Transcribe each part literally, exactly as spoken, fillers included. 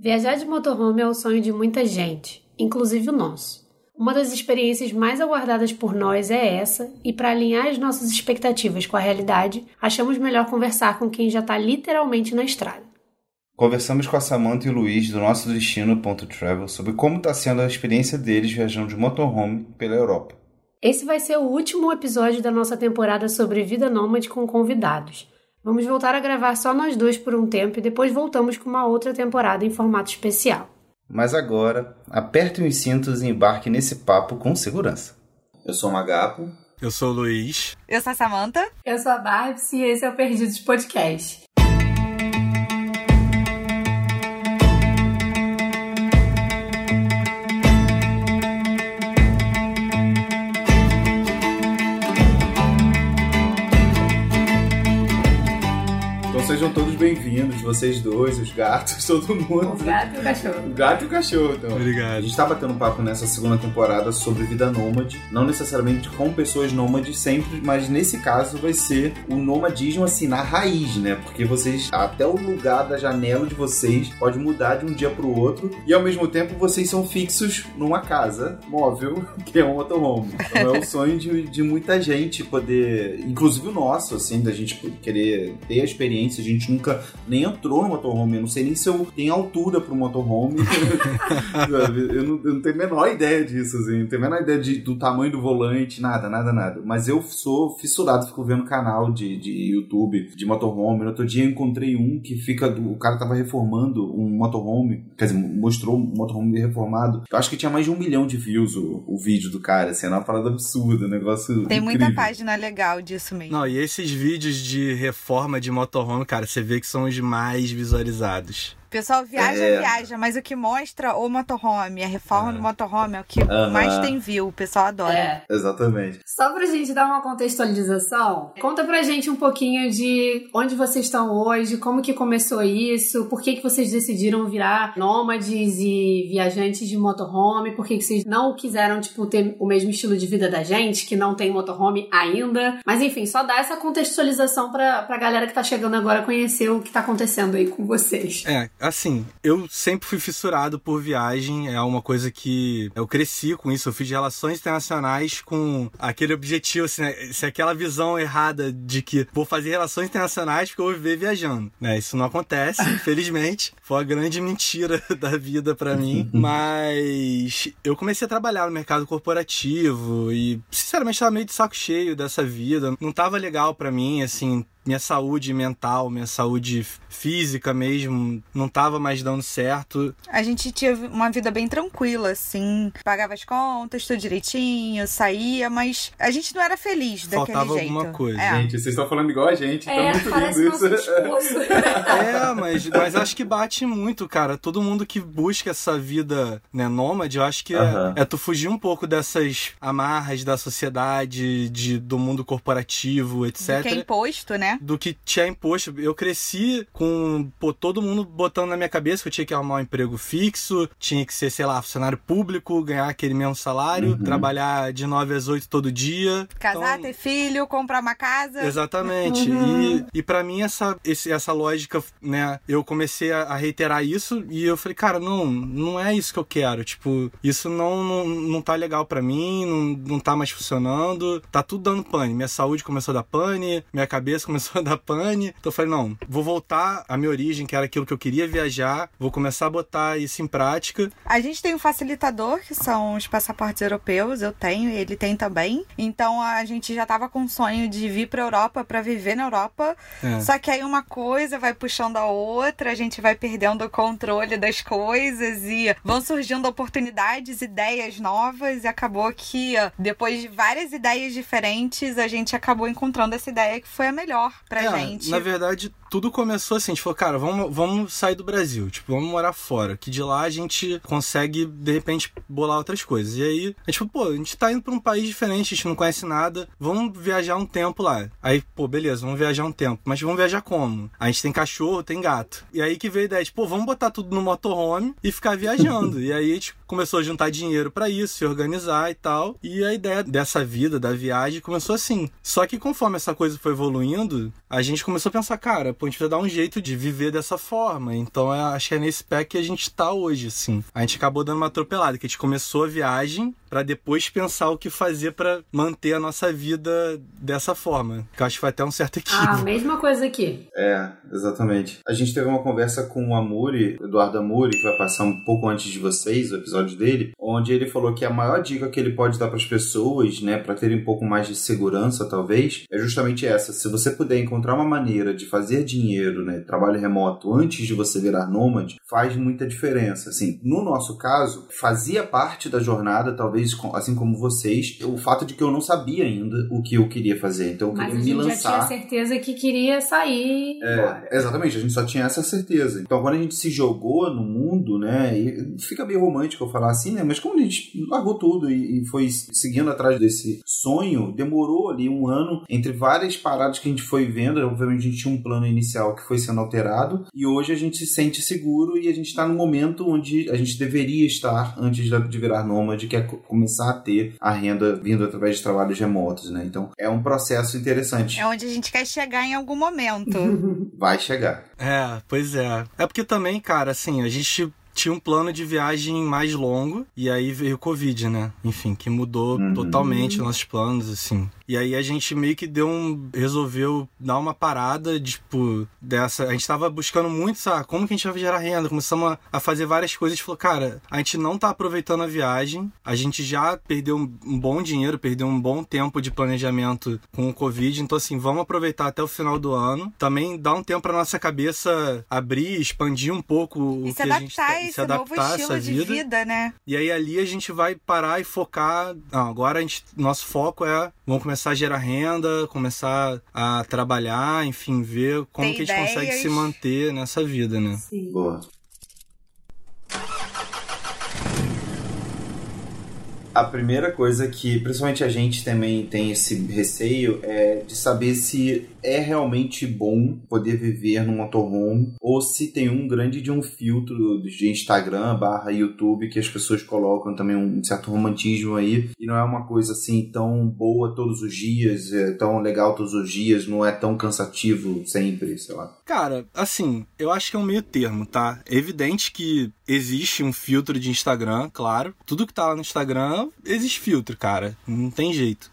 Viajar de motorhome é o sonho de muita gente, inclusive o nosso. Uma das experiências mais aguardadas por nós é essa, e para alinhar as nossas expectativas com a realidade, achamos melhor conversar com quem já está literalmente na estrada. Conversamos com a Samantha e o Luiz do Nosso Destino ponto travel sobre como está sendo a experiência deles viajando de motorhome pela Europa. Esse vai ser o último episódio da nossa temporada sobre vida nômade com convidados. Vamos voltar a gravar só nós dois por um tempo e depois voltamos com uma outra temporada em formato especial. Mas agora, apertem os cintos e embarque nesse papo com segurança. Eu sou o Magapo. Eu sou o Luiz. Eu sou a Samantha. Eu sou a Barbs e esse é o Perdidos Podcast. Sejam todos bem-vindos, vocês dois, os gatos, todo mundo. O gato e o cachorro. O gato e o cachorro, então. Obrigado. A gente tá batendo um papo nessa segunda temporada sobre vida nômade, não necessariamente com pessoas nômades sempre, mas nesse caso vai ser o nomadismo assim, na raiz, né? Porque vocês, até o lugar da janela de vocês pode mudar de um dia pro outro e ao mesmo tempo vocês são fixos numa casa móvel, que é um motorhome. Então é o sonho de, de muita gente poder, inclusive o nosso, assim, da gente querer ter a experiência. A gente nunca nem entrou no motorhome. Eu não sei nem se eu tenho altura pro motorhome. eu, não, eu não tenho a menor ideia disso, assim. Não tenho a menor ideia de, do tamanho do volante, nada, nada, nada. Mas eu sou fissurado, fico vendo canal de, de YouTube de motorhome. No outro dia eu encontrei um que fica... Do, o cara tava reformando um motorhome. Quer dizer, mostrou um motorhome reformado. Eu acho que tinha mais de um milhão de views o, o vídeo do cara. Assim, era uma parada absurda, um negócio Tem incrível. muita página legal disso mesmo. Não, e esses vídeos de reforma de motorhome, cara, você vê que são os mais visualizados. O pessoal viaja, é. viaja, mas o que mostra o motorhome, a reforma é. do motorhome é o que uh-huh. mais tem view, o pessoal adora. É. Exatamente. Só pra gente dar uma contextualização, conta pra gente um pouquinho de onde vocês estão hoje, como que começou isso, por que que vocês decidiram virar nômades e viajantes de motorhome, por que que vocês não quiseram, tipo, ter o mesmo estilo de vida da gente, que não tem motorhome ainda. Mas enfim, só dá essa contextualização pra, pra galera que tá chegando agora conhecer o que tá acontecendo aí com vocês. É, assim, eu sempre fui fissurado por viagem, é uma coisa que eu cresci com isso, eu fiz relações internacionais com aquele objetivo, assim, né? Se aquela visão errada de que vou fazer relações internacionais porque eu vou viver viajando, né? Isso não acontece, infelizmente, foi uma grande mentira da vida pra mim, mas eu comecei a trabalhar no mercado corporativo e, sinceramente, tava meio de saco cheio dessa vida, não tava legal pra mim, assim, minha saúde mental, minha saúde física mesmo, não tava mais dando certo. A gente tinha uma vida bem tranquila, assim, pagava as contas, tudo direitinho, saía, mas a gente não era feliz daquele Faltava jeito. alguma coisa. É. Gente, vocês estão falando igual a gente, é, tá muito parece lindo isso. Esposo. É, mas, mas acho que bate muito, cara. Todo mundo que busca essa vida, né, nômade, eu acho que Uhum. é, é tu fugir um pouco dessas amarras da sociedade, de, do mundo corporativo, etcétera. Do que é imposto, né? Do que tinha imposto. Eu cresci com pô, todo mundo botando na minha cabeça que eu tinha que arrumar um emprego fixo, tinha que ser, sei lá, funcionário público, ganhar aquele mesmo salário, uhum. trabalhar de nove às oito todo dia. Casar, então... ter filho, comprar uma casa. Exatamente. Uhum. E, e pra mim essa, esse, essa lógica, né, eu comecei a, a reiterar isso e eu falei, cara, não, não é isso que eu quero. Tipo, isso não, não, não tá legal pra mim, não, não tá mais funcionando, tá tudo dando pane. Minha saúde começou a dar pane, minha cabeça começou a dar pane. Então eu falei, não, vou voltar à minha origem, que era aquilo que eu queria viajar, vou começar a botar isso em prática. A gente tem um facilitador, que são os passaportes europeus, eu tenho, e ele tem também. Então a gente já tava com o sonho de vir pra Europa, pra viver na Europa. É. Só que aí uma coisa vai puxando a outra, a gente vai perdendo o controle das coisas e vão surgindo oportunidades, ideias novas, e acabou que depois de várias ideias diferentes, a gente acabou encontrando essa ideia que foi a melhor pra é, gente. Na verdade, tudo começou assim, a gente falou, cara, vamos, vamos sair do Brasil, tipo, vamos morar fora, que de lá a gente consegue, de repente, bolar outras coisas. E aí, a gente falou, pô, a gente tá indo pra um país diferente, a gente não conhece nada, vamos viajar um tempo lá. Aí, pô, beleza, vamos viajar um tempo, mas vamos viajar como? A gente tem cachorro, tem gato. E aí que veio a ideia, tipo, pô, vamos botar tudo no motorhome e ficar viajando. E aí a gente começou a juntar dinheiro pra isso, se organizar e tal. E a ideia dessa vida, da viagem, começou assim. Só que conforme essa coisa foi evoluindo, a gente começou a pensar, cara, pô, a gente precisa dar um jeito de viver dessa forma. Então eu acho que é nesse pé que a gente tá hoje, assim. A gente acabou dando uma atropelada, que a gente começou a viagem pra depois pensar o que fazer pra manter a nossa vida dessa forma. Que eu acho que foi até um certo equívoco. Ah, mesma coisa aqui. É, exatamente. A gente teve uma conversa com o Amuri, Eduardo Amuri, que vai passar um pouco antes de vocês, o episódio dele, onde ele falou que a maior dica que ele pode dar pras pessoas, né, pra terem um pouco mais de segurança, talvez, é justamente essa. Se você puder encontrar uma maneira de fazer dinheiro, né, trabalho remoto, antes de você virar nômade, faz muita diferença. Assim, no nosso caso, fazia parte da jornada, talvez assim como vocês, o fato de que eu não sabia ainda o que eu queria fazer. Então eu Mas queria a me gente lançar. já tinha certeza que queria sair. É, exatamente, a gente só tinha essa certeza. Então quando a gente se jogou no mundo, né, e fica meio romântico eu falar assim, né, mas como a gente largou tudo e, e foi seguindo atrás desse sonho, demorou ali um ano entre várias paradas que a gente foi vendo. Obviamente a gente tinha um plano inicial que foi sendo alterado e hoje a gente se sente seguro e a gente está no momento onde a gente deveria estar antes de virar nômade, que é começar a ter a renda vindo através de trabalhos remotos, né? Então, é um processo interessante. É onde a gente quer chegar em algum momento. Vai chegar. É, pois é. É porque também, cara, assim, a gente tinha um plano de viagem mais longo e aí veio o Covid, né? Enfim, que mudou uhum. totalmente nossos planos, assim. E aí a gente meio que deu um... resolveu dar uma parada, tipo, dessa... A gente tava buscando muito, sabe? Como que a gente vai gerar renda? Começamos a, a fazer várias coisas. A gente falou, cara, a gente não tá aproveitando a viagem. A gente já perdeu um, um bom dinheiro, perdeu um bom tempo de planejamento com o Covid. Então, assim, vamos aproveitar até o final do ano. Também dar um tempo pra nossa cabeça abrir, expandir um pouco o e que a gente... Esse se adaptar a essa vida. vida, né? E aí ali a gente vai parar e focar... Não, agora a gente, nosso foco é... Vamos começar a gerar renda, começar a trabalhar, enfim, ver como Tem que a gente ideias. consegue se manter nessa vida, né? Sim. Boa. A primeira coisa que, principalmente a gente também tem esse receio, é de saber se é realmente bom poder viver no motorhome ou se tem um grande de um filtro de Instagram barra YouTube que as pessoas colocam também um certo romantismo aí e não é uma coisa assim tão boa todos os dias, é tão legal todos os dias, não é tão cansativo sempre, sei lá. Cara, assim, eu acho que é um meio termo, tá? É evidente que existe um filtro de Instagram, claro. Tudo que tá lá no Instagram, existe filtro, cara. Não tem jeito.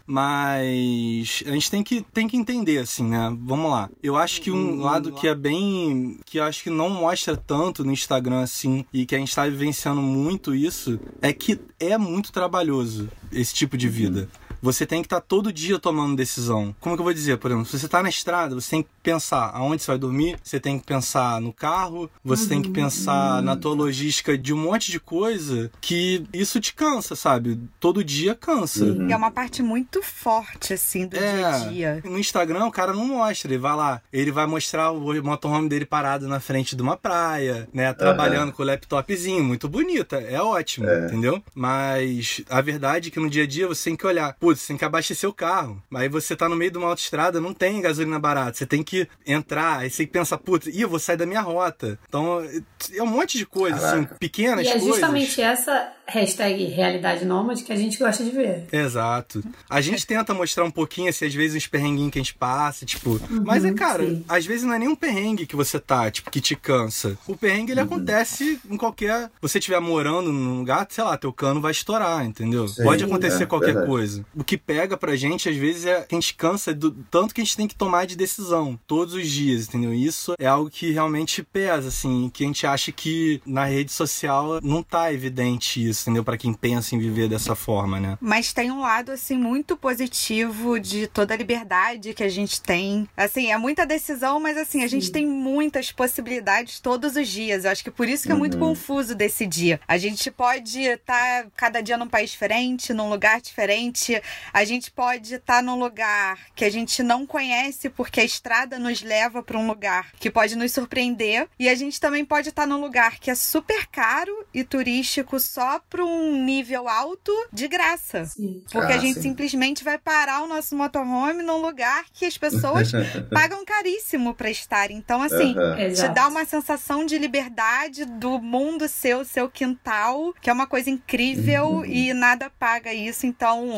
Mas a gente tem que, tem que entender, assim, né? Vamos lá. Eu acho que um lado que é bem... que eu acho que não mostra tanto no Instagram, assim, e que a gente tá vivenciando muito isso, é que é muito trabalhoso esse tipo de vida. Você tem que estar tá todo dia tomando decisão. Como que eu vou dizer, por exemplo, se você está na estrada, você tem que pensar aonde você vai dormir, você tem que pensar no carro, você uhum. tem que pensar uhum. na tua logística de um monte de coisa que isso te cansa, sabe? Todo dia cansa. Uhum. E é uma parte muito forte, assim, do é, dia a dia. No Instagram, o cara não mostra. Ele vai lá, ele vai mostrar o motorhome dele parado na frente de uma praia, né? Trabalhando uhum. com o laptopzinho. Muito bonita, é ótimo, é. entendeu? Mas a verdade é que no dia a dia você tem que olhar, putz, você tem que abastecer o carro. Aí você tá no meio de uma autoestrada, não tem gasolina barata. Você tem que entrar, aí você pensa, putz, ih, eu vou sair da minha rota. Então, é um monte de coisas, assim, pequenas coisas. E é justamente coisas. Essa hashtag realidade nômade que a gente gosta de ver. Exato. A gente tenta mostrar um pouquinho, assim, às vezes, uns perrenguinhos que a gente passa, tipo... Uhum, mas, é, cara, sim. às vezes não é nem um perrengue que você tá, tipo, que te cansa. O perrengue, ele uhum. acontece em qualquer... Você estiver morando num lugar, sei lá, teu cano vai estourar, entendeu? Sim, Pode acontecer é, qualquer verdade. coisa. O que pega pra gente, às vezes, é que a gente cansa do tanto que a gente tem que tomar de decisão todos os dias, entendeu? Isso é algo que realmente pesa, assim, que a gente acha que na rede social não tá evidente isso, entendeu? Pra quem pensa em viver dessa forma, né? Mas tem um lado, assim, muito positivo de toda a liberdade que a gente tem. Assim, é muita decisão, mas, assim, a gente Sim. tem muitas possibilidades todos os dias. Eu acho que por isso que é muito uhum. confuso decidir. A gente pode estar cada dia num país diferente, num lugar diferente. A gente pode estar num lugar que a gente não conhece porque a estrada nos leva para um lugar que pode nos surpreender. E a gente também pode estar num lugar que é super caro e turístico só para um nível alto de graça. Sim. Porque ah, a gente sim. simplesmente vai parar o nosso motorhome num lugar que as pessoas pagam caríssimo para estar. Então, assim, uh-huh. te dá uma sensação de liberdade do mundo seu, seu quintal, que é uma coisa incrível uh-huh. e nada paga isso. Então,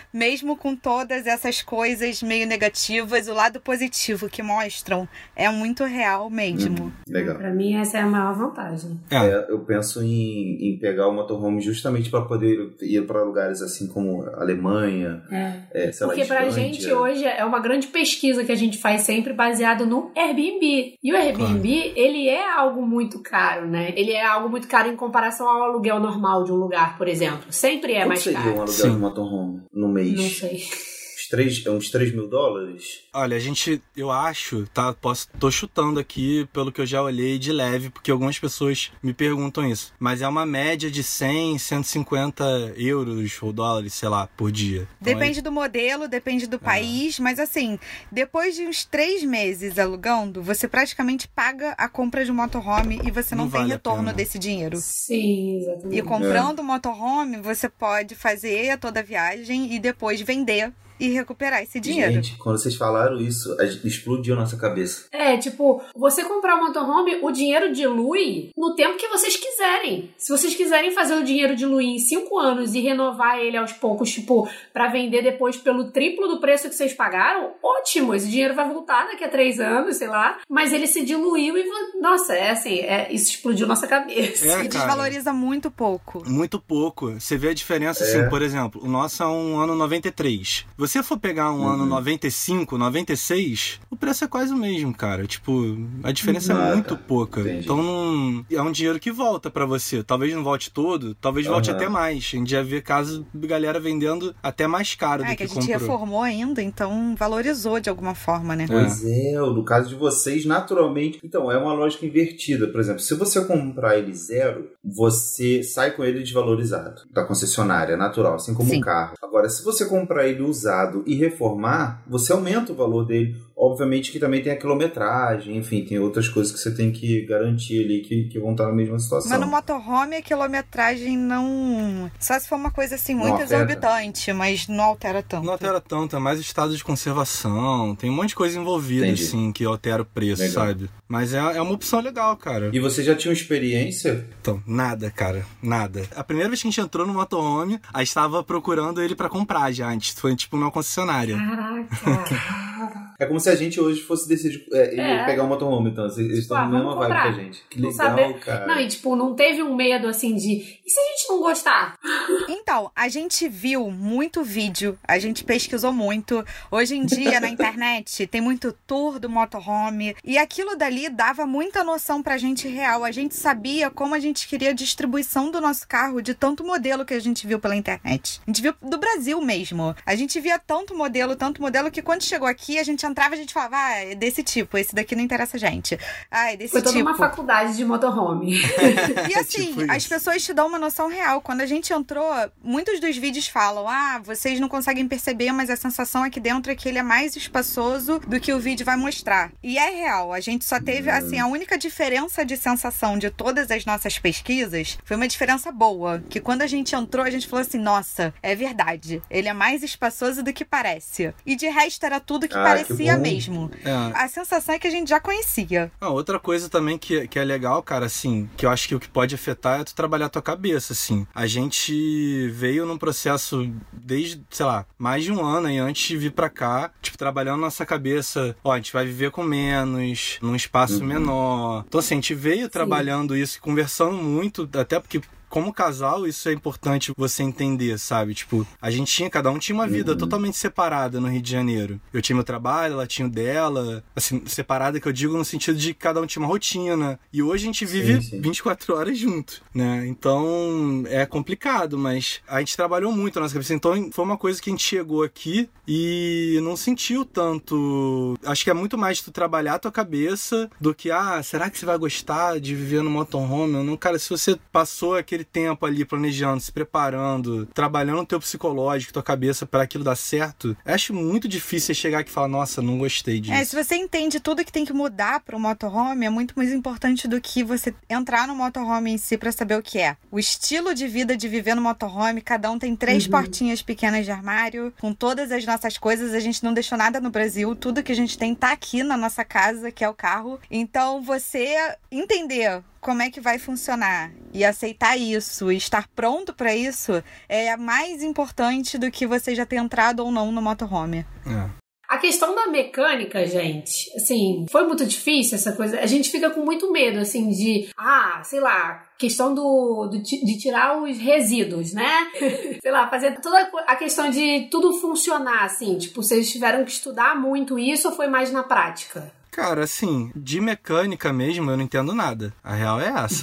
mesmo com todas essas coisas meio negativas, o lado positivo que mostram é muito real mesmo. Hum, legal. Pra mim, essa é a maior vantagem. É. É, eu penso em, em pegar o motorhome justamente para poder ir para lugares assim como Alemanha, é. É, sei Porque lá, pra Islândia. gente hoje é uma grande pesquisa que a gente faz sempre baseado no Airbnb. E o Airbnb, claro. ele é algo muito caro, né? Ele é algo muito caro em comparação ao aluguel normal de um lugar, por exemplo. Sempre é Quanto mais seria caro. um aluguel Sim. de motorhome no mês? Não sei. três, uns três mil dólares? Olha, a gente, eu acho, tá? Posso, tô chutando aqui pelo que eu já olhei de leve, porque algumas pessoas me perguntam isso. Mas é uma média de cem, cento e cinquenta euros ou dólares, sei lá, por dia. Então depende é... do modelo, depende do é. país, mas assim, depois de uns três meses alugando, você praticamente paga a compra de um motorhome e você não, não tem vale retorno desse dinheiro. Sim, exatamente. E comprando o é. motorhome, você pode fazer toda a viagem e depois vender e recuperar esse dinheiro. Gente, quando vocês falaram isso, explodiu a nossa cabeça. É, tipo, você comprar um motorhome, o dinheiro dilui no tempo que vocês quiserem. Se vocês quiserem fazer o dinheiro diluir em cinco anos e renovar ele aos poucos, tipo, pra vender depois pelo triplo do preço que vocês pagaram, ótimo, esse dinheiro vai voltar daqui a três anos, sei lá, mas ele se diluiu e, nossa, é assim, é, isso explodiu nossa cabeça. É, e desvaloriza muito pouco. Muito pouco. Você vê a diferença, é. assim, por exemplo, o nosso é um ano noventa e três. Se você for pegar um uhum. ano noventa e cinco, noventa e seis, o preço é quase o mesmo, cara. Tipo, a diferença Nada. é muito pouca. Entendi. Então, não... é um dinheiro que volta pra você. Talvez não volte todo, talvez uhum. volte até mais. A gente já vê casos de galera vendendo até mais caro é, do que, que a gente comprou. reformou ainda, então valorizou de alguma forma, né? Pois é. é, no caso de vocês, naturalmente... Então, é uma lógica invertida. Por exemplo, se você comprar ele zero, você sai com ele desvalorizado da concessionária, é natural, assim como o carro. Agora, se você comprar ele usado e reformar, você aumenta o valor dele. Obviamente que também tem a quilometragem, enfim, tem outras coisas que você tem que garantir ali que, que vão estar na mesma situação. Mas no motorhome a quilometragem não... Só se for uma coisa assim muito exorbitante, mas não altera tanto. Não altera tanto, é mais estado de conservação, tem um monte de coisa envolvida, Entendi. assim, que altera o preço, legal. sabe? Mas é, é uma opção legal, cara. E você já tinha experiência? Então, nada, cara, nada. A primeira vez que a gente entrou no motorhome, a gente estava procurando ele pra comprar já, antes, foi tipo numa concessionária. Caraca! É como se a gente hoje fosse decidir é, é. pegar um motorhome, então. Eles tipo, estão na mesma vibe que a gente. Que legal, saber. cara. Não, e tipo, não teve um medo assim de... E se a gente não gostar? Então, a gente viu muito vídeo, a gente pesquisou muito. Hoje em dia, na internet, tem muito tour do motorhome. E aquilo dali dava muita noção pra gente real. A gente sabia como a gente queria a distribuição do nosso carro, de tanto modelo que a gente viu pela internet. A gente viu do Brasil mesmo. A gente via tanto modelo, tanto modelo, que quando chegou aqui, a gente entrava e a gente falava, ah, é desse tipo, esse daqui não interessa a gente. Ah, é desse Foi tipo. Foi toda uma faculdade de motorhome. E assim, tipo as pessoas te dão uma noção real. Quando a gente entrou, muitos dos vídeos falam, ah, vocês não conseguem perceber, mas a sensação aqui dentro é que ele é mais espaçoso do que o vídeo vai mostrar. E é real, a gente só teve, assim, a única diferença de sensação de todas as nossas pesquisas foi uma diferença boa, que quando a gente entrou, a gente falou assim, nossa, é verdade, ele é mais espaçoso do que parece. E de resto era tudo que ah, parecia que mesmo. É. A sensação é que a gente já conhecia. Ah, outra coisa também que, que é legal, cara, assim, que eu acho que o que pode afetar é tu trabalhar a tua cabeça, assim. A gente veio num processo desde, sei lá, mais de um ano aí antes de vir pra cá, tipo, trabalhando nossa cabeça, ó, a gente vai viver com menos, num espaço uhum. menor. Então, assim, a gente veio Sim. trabalhando isso, conversando muito, até porque como casal, isso é importante você entender, sabe? Tipo, a gente tinha, cada um tinha uma vida uhum. totalmente separada no Rio de Janeiro. Eu tinha meu trabalho, ela tinha o dela. Assim, separada que eu digo no sentido de que cada um tinha uma rotina. E hoje a gente vive sim, sim. vinte e quatro horas junto, né? Então, é complicado, mas a gente trabalhou muito na nossa cabeça. Então, foi uma coisa que a gente chegou aqui e não sentiu tanto... Acho que é muito mais tu trabalhar a tua cabeça do que, ah, será que você vai gostar de viver no motorhome? Não, cara, se você passou aquele tempo ali planejando, se preparando, trabalhando o teu psicológico, tua cabeça para aquilo dar certo, eu acho muito difícil chegar aqui e falar, nossa, não gostei disso. É, se você entende tudo que tem que mudar para o motorhome, é muito mais importante do que você entrar no motorhome em si para saber o que é. O estilo de vida de viver no motorhome, cada um tem três uhum. portinhas pequenas de armário, com todas as nossas coisas, a gente não deixou nada no Brasil, tudo que a gente tem tá aqui na nossa casa, que é o carro. Então, você entender como é que vai funcionar e aceitar isso, e estar pronto para isso, é mais importante do que você já ter entrado ou não no motorhome. É. A questão da mecânica, gente, assim, foi muito difícil essa coisa. A gente fica com muito medo, assim, de, ah, sei lá, questão do, do de tirar os resíduos, né? Sei lá, fazer toda a questão de tudo funcionar, assim. Tipo, vocês tiveram que estudar muito isso ou foi mais na prática? Cara, assim, de mecânica mesmo eu não entendo nada. A real é essa.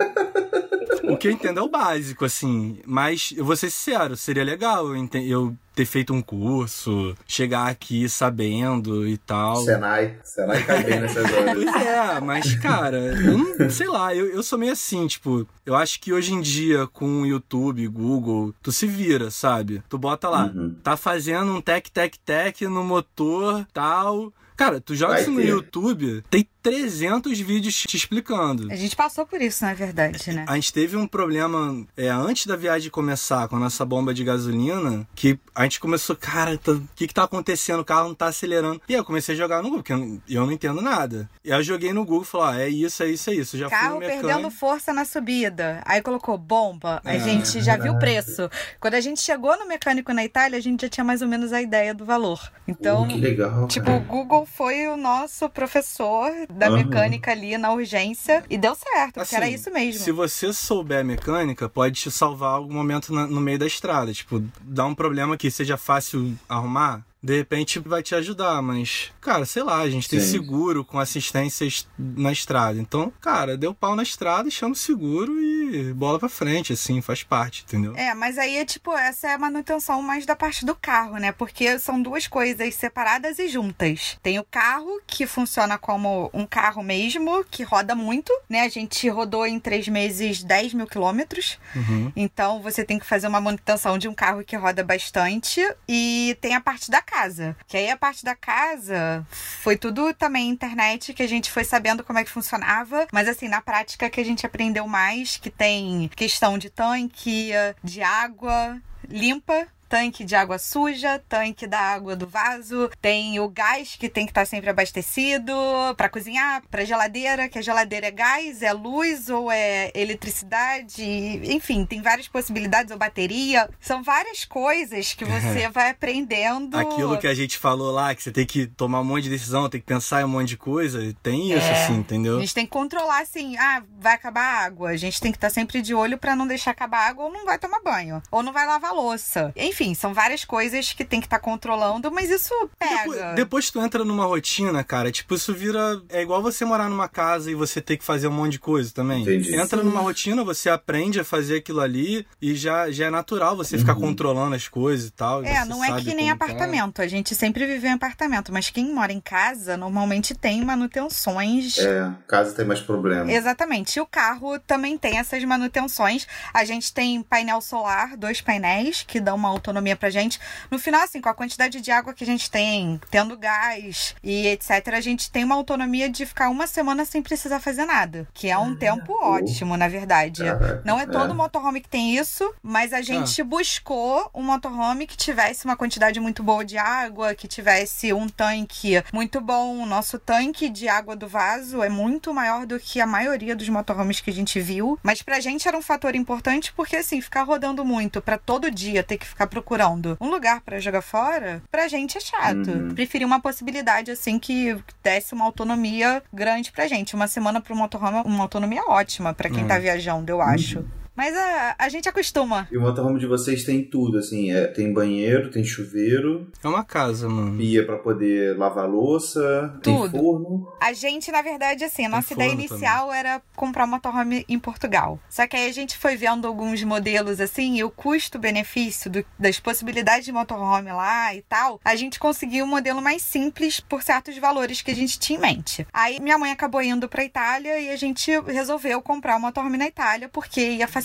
O que eu entendo é o básico, assim. Mas, eu vou ser sincero, seria legal eu, ent- eu ter feito um curso, chegar aqui sabendo e tal. Senai. Senai cai bem nessas horas. Pois é, mas, cara, eu não, sei lá, eu, eu sou meio assim, tipo, eu acho que hoje em dia, com YouTube, Google, tu se vira, sabe? Tu bota lá, Uhum. tá fazendo um tec, tec, tec no motor, tal... Cara, tu joga Vai isso no ter. YouTube, tem trezentos vídeos te explicando. A gente passou por isso, na verdade, né? A gente teve um problema é, antes da viagem começar com a nossa bomba de gasolina, que a gente começou, cara, tá- o que que tá acontecendo? O carro não tá acelerando. E aí eu comecei a jogar no Google, porque eu não, eu não entendo nada. E aí eu joguei no Google e falei, ó, é isso, é isso, é isso. Já fui Carro no mecânico. perdendo força na subida. Aí colocou bomba. A É. gente já viu o preço. Quando a gente chegou no mecânico na Itália, a gente já tinha mais ou menos a ideia do valor. Então, Uh, que legal. tipo, cara. o Google foi o nosso professor da Aham. mecânica ali na urgência e deu certo, porque Assim, era isso mesmo. Se você souber a mecânica, pode te salvar algum momento na- no meio da estrada. Tipo, dá um problema que seja fácil arrumar, de repente vai te ajudar, mas, cara, sei lá, a gente tem Sim. seguro com assistência est- na estrada. Então, cara, deu pau na estrada, chama o seguro e bola pra frente, assim, faz parte, entendeu? É, mas aí é tipo, essa é a manutenção mais da parte do carro, né? Porque são duas coisas separadas e juntas. Tem o carro, que funciona como um carro mesmo, que roda muito, né? A gente rodou em três meses dez mil quilômetros. Uhum. Então você tem que fazer uma manutenção de um carro que roda bastante. E tem a parte da casa. Que aí a parte da casa foi tudo também internet, que a gente foi sabendo como é que funcionava. Mas assim, na prática que a gente aprendeu mais, que tem questão de tanque, de água limpa, tanque de água suja, tanque da água do vaso, tem o gás que tem que estar sempre abastecido para cozinhar, para geladeira, que a geladeira é gás, é luz ou é eletricidade, enfim, tem várias possibilidades, ou bateria. São várias coisas que você vai aprendendo. Aquilo que a gente falou lá, que você tem que tomar um monte de decisão, tem que pensar em um monte de coisa, tem isso, É. assim, A entendeu? gente tem que controlar assim, ah, vai acabar a água. A gente tem que estar sempre de olho pra não deixar acabar a água ou não vai tomar banho. Ou não vai lavar a louça. Enfim, são várias coisas que tem que estar controlando, mas isso pega. Depois, depois tu entra numa rotina, cara, tipo, isso vira... É igual você morar numa casa e você ter que fazer um monte de coisa também. Entendi. Entra numa rotina, você aprende a fazer aquilo ali e já, já é natural você ficar controlando as coisas e tal. e É, você não é sabe que nem como tá. apartamento. A gente sempre vive em apartamento, mas quem mora em casa normalmente tem manutenções. É, casa tem mais problema. Exatamente. E o carro também tem essas manutenções. A gente tem painel solar, dois painéis, que dão uma autonomia pra gente. No final, assim, com a quantidade de água que a gente tem, tendo gás e etcétera, a gente tem uma autonomia de ficar uma semana sem precisar fazer nada. Que é um tempo ótimo, na verdade. Caraca, Não é todo é. motorhome que tem isso, mas a gente buscou um motorhome que tivesse uma quantidade muito boa de água, que tivesse um tanque muito bom. O nosso tanque de água do vaso é muito maior do que a maioria dos motorhomes que a gente viu. Mas pra gente era um fator importante porque, assim, ficar rodando muito pra todo dia ter que ficar procurando um lugar pra jogar fora, pra gente é chato. Uhum. Preferi uma possibilidade, assim, que desse uma autonomia grande pra gente. Uma semana pro motorhome é uma autonomia ótima pra quem Uhum. tá viajando, eu acho. Mas a, a gente acostuma. E o motorhome de vocês tem tudo, assim, é, tem banheiro, tem chuveiro, É uma casa, mano. pia pra poder lavar louça, tem Tudo. forno. A gente, na verdade, assim, a nossa forno ideia inicial era comprar um motorhome em Portugal. Só que aí a gente foi vendo alguns modelos, assim, e o custo-benefício do- das possibilidades de motorhome lá e tal, a gente conseguiu um modelo mais simples por certos valores que a gente tinha em mente. Aí minha mãe acabou indo pra Itália e a gente resolveu comprar um motorhome na Itália, porque ia facilitar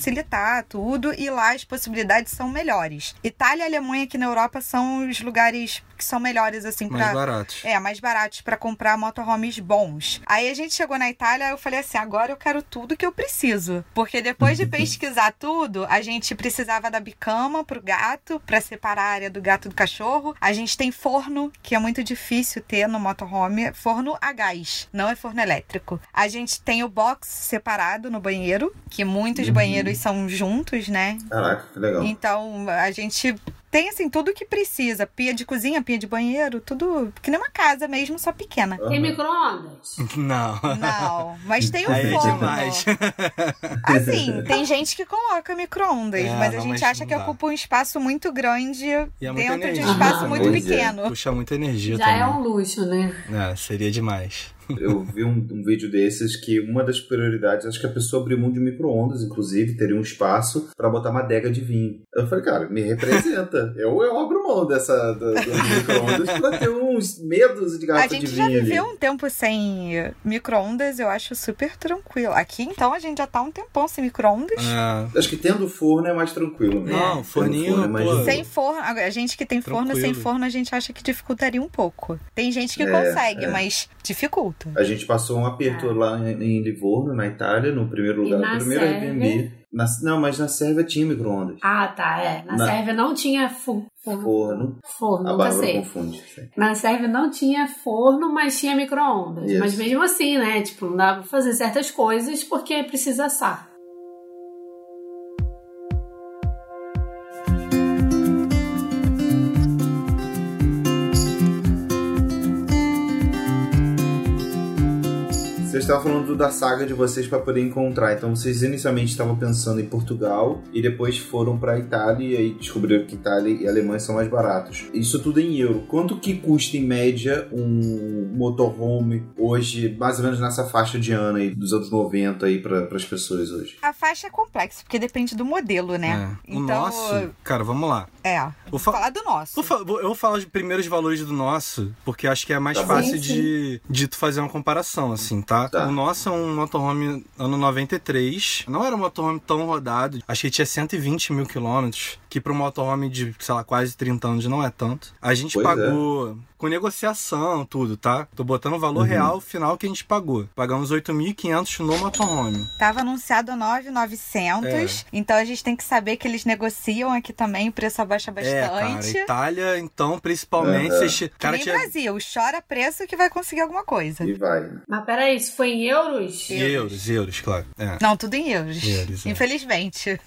facilitar tudo, e lá as possibilidades são melhores. Itália e Alemanha aqui na Europa são os lugares que são melhores, assim, pra... Mais baratos. É, mais baratos pra comprar motorhomes bons. Aí a gente chegou na Itália, eu falei assim, agora eu quero tudo que eu preciso. Porque depois de pesquisar tudo, a gente precisava da bicama pro gato, pra separar a área do gato do cachorro. A gente tem forno, que é muito difícil ter no motorhome. Forno a gás, não é forno elétrico. A gente tem o box separado no banheiro, que muitos uhum. banheiros são juntos, né? Caraca, que legal. Então, a gente... tem, assim, tudo que precisa. Pia de cozinha, pia de banheiro, tudo que nem uma casa mesmo, só pequena. Tem micro-ondas? Não. Não, mas tem um Aí forno. É demais. Assim, tem gente que coloca micro-ondas, É, mas a não, gente mas acha não que dá. ocupa um espaço muito grande E é muita dentro de energia. um espaço Ah, muito pois é. pequeno. Puxa muita energia Já também. é um luxo, né? É, seria demais. Eu vi um, um vídeo desses que uma das prioridades, acho que a pessoa abriu mão de micro-ondas, inclusive, teria um espaço pra botar uma adega de vinho. Eu falei, cara, me representa. eu, eu abro mão dessa da, da micro-ondas pra ter uns medos de garrafa A de gente vinho já viveu ali. um tempo sem micro-ondas, eu acho super tranquilo. Aqui, então, a gente já tá um tempão sem micro-ondas. É. Acho que tendo forno é mais tranquilo, né? Não, Tendo forninho, forno é mais pô. de boa. Sem forno, a gente que tem forno, Tranquilo. sem forno, a gente acha que dificultaria um pouco. Tem gente que É, consegue, é. mas dificulta. A gente passou um aperto Ah. lá em, em Livorno, na Itália, no primeiro E lugar, na no primeiro Sérvia? Airbnb. Na, não, mas na Sérvia tinha micro-ondas. Ah, tá, é. Na, Na- Sérvia não tinha fu- forno. Forno. Forno, A nunca Bárbara sei. confunde. Sim. Na Sérvia não tinha forno, mas tinha micro-ondas. Isso. Mas mesmo assim, né? Tipo, não dá pra fazer certas coisas porque precisa assar. Vocês estavam falando da saga de vocês para poder encontrar. Então vocês inicialmente estavam pensando em Portugal e depois foram para Itália e aí descobriram que Itália e Alemanha são mais baratos. Isso tudo em euro. Quanto que custa em média um motorhome hoje, mais ou menos nessa faixa de ano aí, dos anos noventa aí para as pessoas hoje? A faixa é complexa, porque depende do modelo, né? É. O nosso... Cara, vamos lá. É, Vou vou fa- falar do nosso. Vou fa- vou- Eu vou falar primeiro os valores do nosso, porque acho que é mais Tá bom. fácil Sim, sim. de, de tu fazer uma comparação, assim, tá? Tá. O nosso é um motorhome ano noventa e três. Não era um motorhome tão rodado. Acho que tinha cento e vinte mil quilômetros, que para um motorhome de, sei lá, quase trinta anos não é tanto. A gente Pois pagou... Com negociação, tudo, tá? Tô botando o valor Uhum. real final que a gente pagou. Pagamos oito mil e quinhentos no motorhome. Tava anunciado nove mil e novecentos, então a gente tem que saber que eles negociam aqui também, o preço abaixa É, cara, bastante. Itália, então, principalmente, Uhum. vocês... Que Cara, nem tinha... Brasil, chora preço que vai conseguir alguma coisa. E vai. Mas peraí, isso foi em euros? Euros, euros, claro. É. Não, tudo em euros. Euros, é. Infelizmente.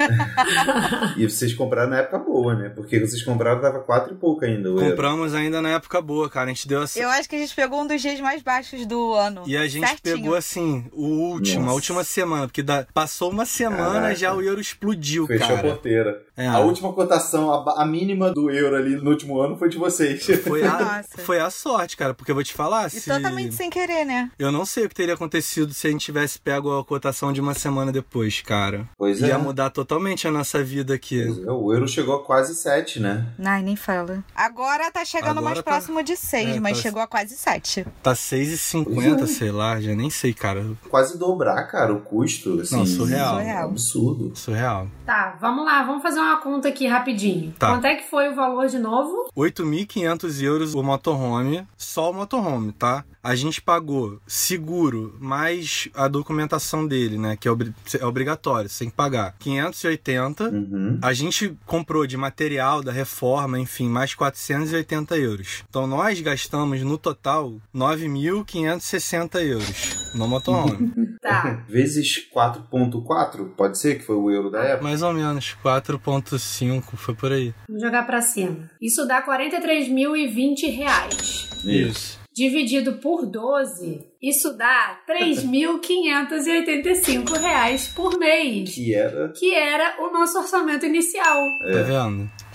E vocês compraram na época boa, né? Porque vocês compraram tava quatro e pouco ainda. o euro. Compramos ainda na época boa, cara. A gente deu essa... Eu acho que a gente pegou um dos dias mais baixos do ano. E a gente Certinho. pegou, assim, o último, Nossa. a última semana. Porque da... passou uma semana, Caraca. já o euro explodiu, Fechou a cara. porteira. É. A última cotação, a, ba- a mínima do euro ali no último ano foi de vocês. Foi a, Nossa. foi a sorte, cara. Porque eu vou te falar, E se... totalmente sem querer, né? Eu não sei o que teria acontecido se a gente tivesse pego a cotação de uma semana depois, cara. Pois Ia é. mudar totalmente a nossa vida aqui. Pois é, o euro chegou a quase sete, né? Ai, nem fala. Agora tá chegando Agora mais tá- próximo de seis, é, mas tá- chegou a quase sete. Tá seis e cinquenta, sei lá. Já nem sei, cara. Quase dobrar, cara, o custo. Assim, Não, surreal. Surreal. Absurdo. Surreal. Tá, vamos lá, vamos fazer uma conta aqui rapidinho. Tá. Quanto é que foi o valor de novo? oito mil e quinhentos euros o motorhome, só o motorhome, tá? A gente pagou seguro mais a documentação dele, né? Que é, obri- é obrigatório, você tem que pagar. quinhentos e oitenta. Uhum. A gente comprou de material da reforma, enfim, mais quatrocentos e oitenta euros. Então nós gastamos no total nove mil quinhentos e sessenta euros no motorhome. Tá. Vezes quatro ponto quatro, pode ser que foi o euro da época? Mais ou menos, quatro ponto cinco, foi por aí. Vamos jogar pra cima. Isso dá quarenta e três mil e vinte reais. Isso. Dividido por doze, isso dá três mil quinhentos e oitenta e cinco reais por mês. Que era... Que era o nosso orçamento inicial. Tá vendo?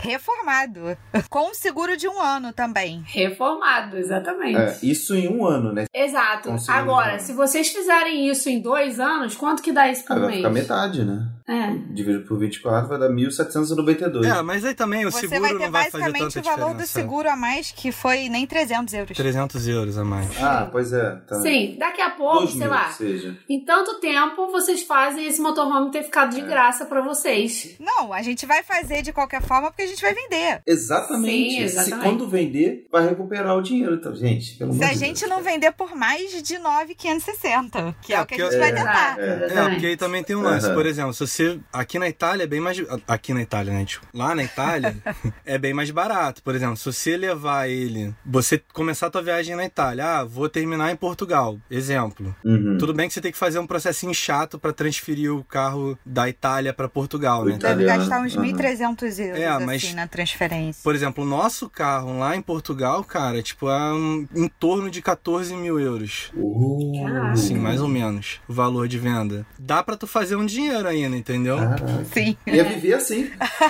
Reformado. Com seguro de um ano também. Reformado, exatamente. É, isso em um ano, né? Exato. Agora, se vocês fizerem isso em dois anos, quanto que dá isso por ah, mês? Vai ficar metade, né? É. Dividido por vinte e quatro vai dar mil setecentos e noventa e dois. É, mas aí também o Você seguro vai ter não vai fazer tanta basicamente diferença. o valor do seguro a mais, que foi nem trezentos euros. trezentos euros a mais. Ah, pois é. Tá. Sim, daqui a pouco, Dois sei mil, lá, seja. em tanto tempo vocês fazem esse motorhome ter ficado de É. graça pra vocês. Não, a gente vai fazer de qualquer forma porque a gente vai vender. Exatamente. Sim, exatamente. Se quando vender, vai recuperar o dinheiro. Então, gente, pelo Se amor a de gente Deus. não vender por mais de nove mil quinhentos e sessenta, que é, É, o que a porque gente vai eu- tentar. É. É, porque aí também tem um lance. Uhum. Por exemplo, se você... Aqui na Itália é bem mais... Aqui na Itália, né? Tipo, lá na Itália é bem mais barato. Por exemplo, se você levar ele... Você começar a tua viagem na Itália. Ah, vou terminar em Portugal. Exemplo. Uhum. Tudo bem que você tem que fazer um processinho chato pra transferir o carro da Itália pra Portugal, né? Coitado. Deve Italiano, gastar uns uhum. mil e trezentos euros É, mas- assim, na transferência. Por exemplo, o nosso carro lá em Portugal, cara, tipo, é um, em torno de catorze mil euros. Uh, Caraca. Assim, mais ou menos, o valor de venda. Dá pra tu fazer um dinheiro ainda, entendeu? Caraca. Sim. Ia viver assim.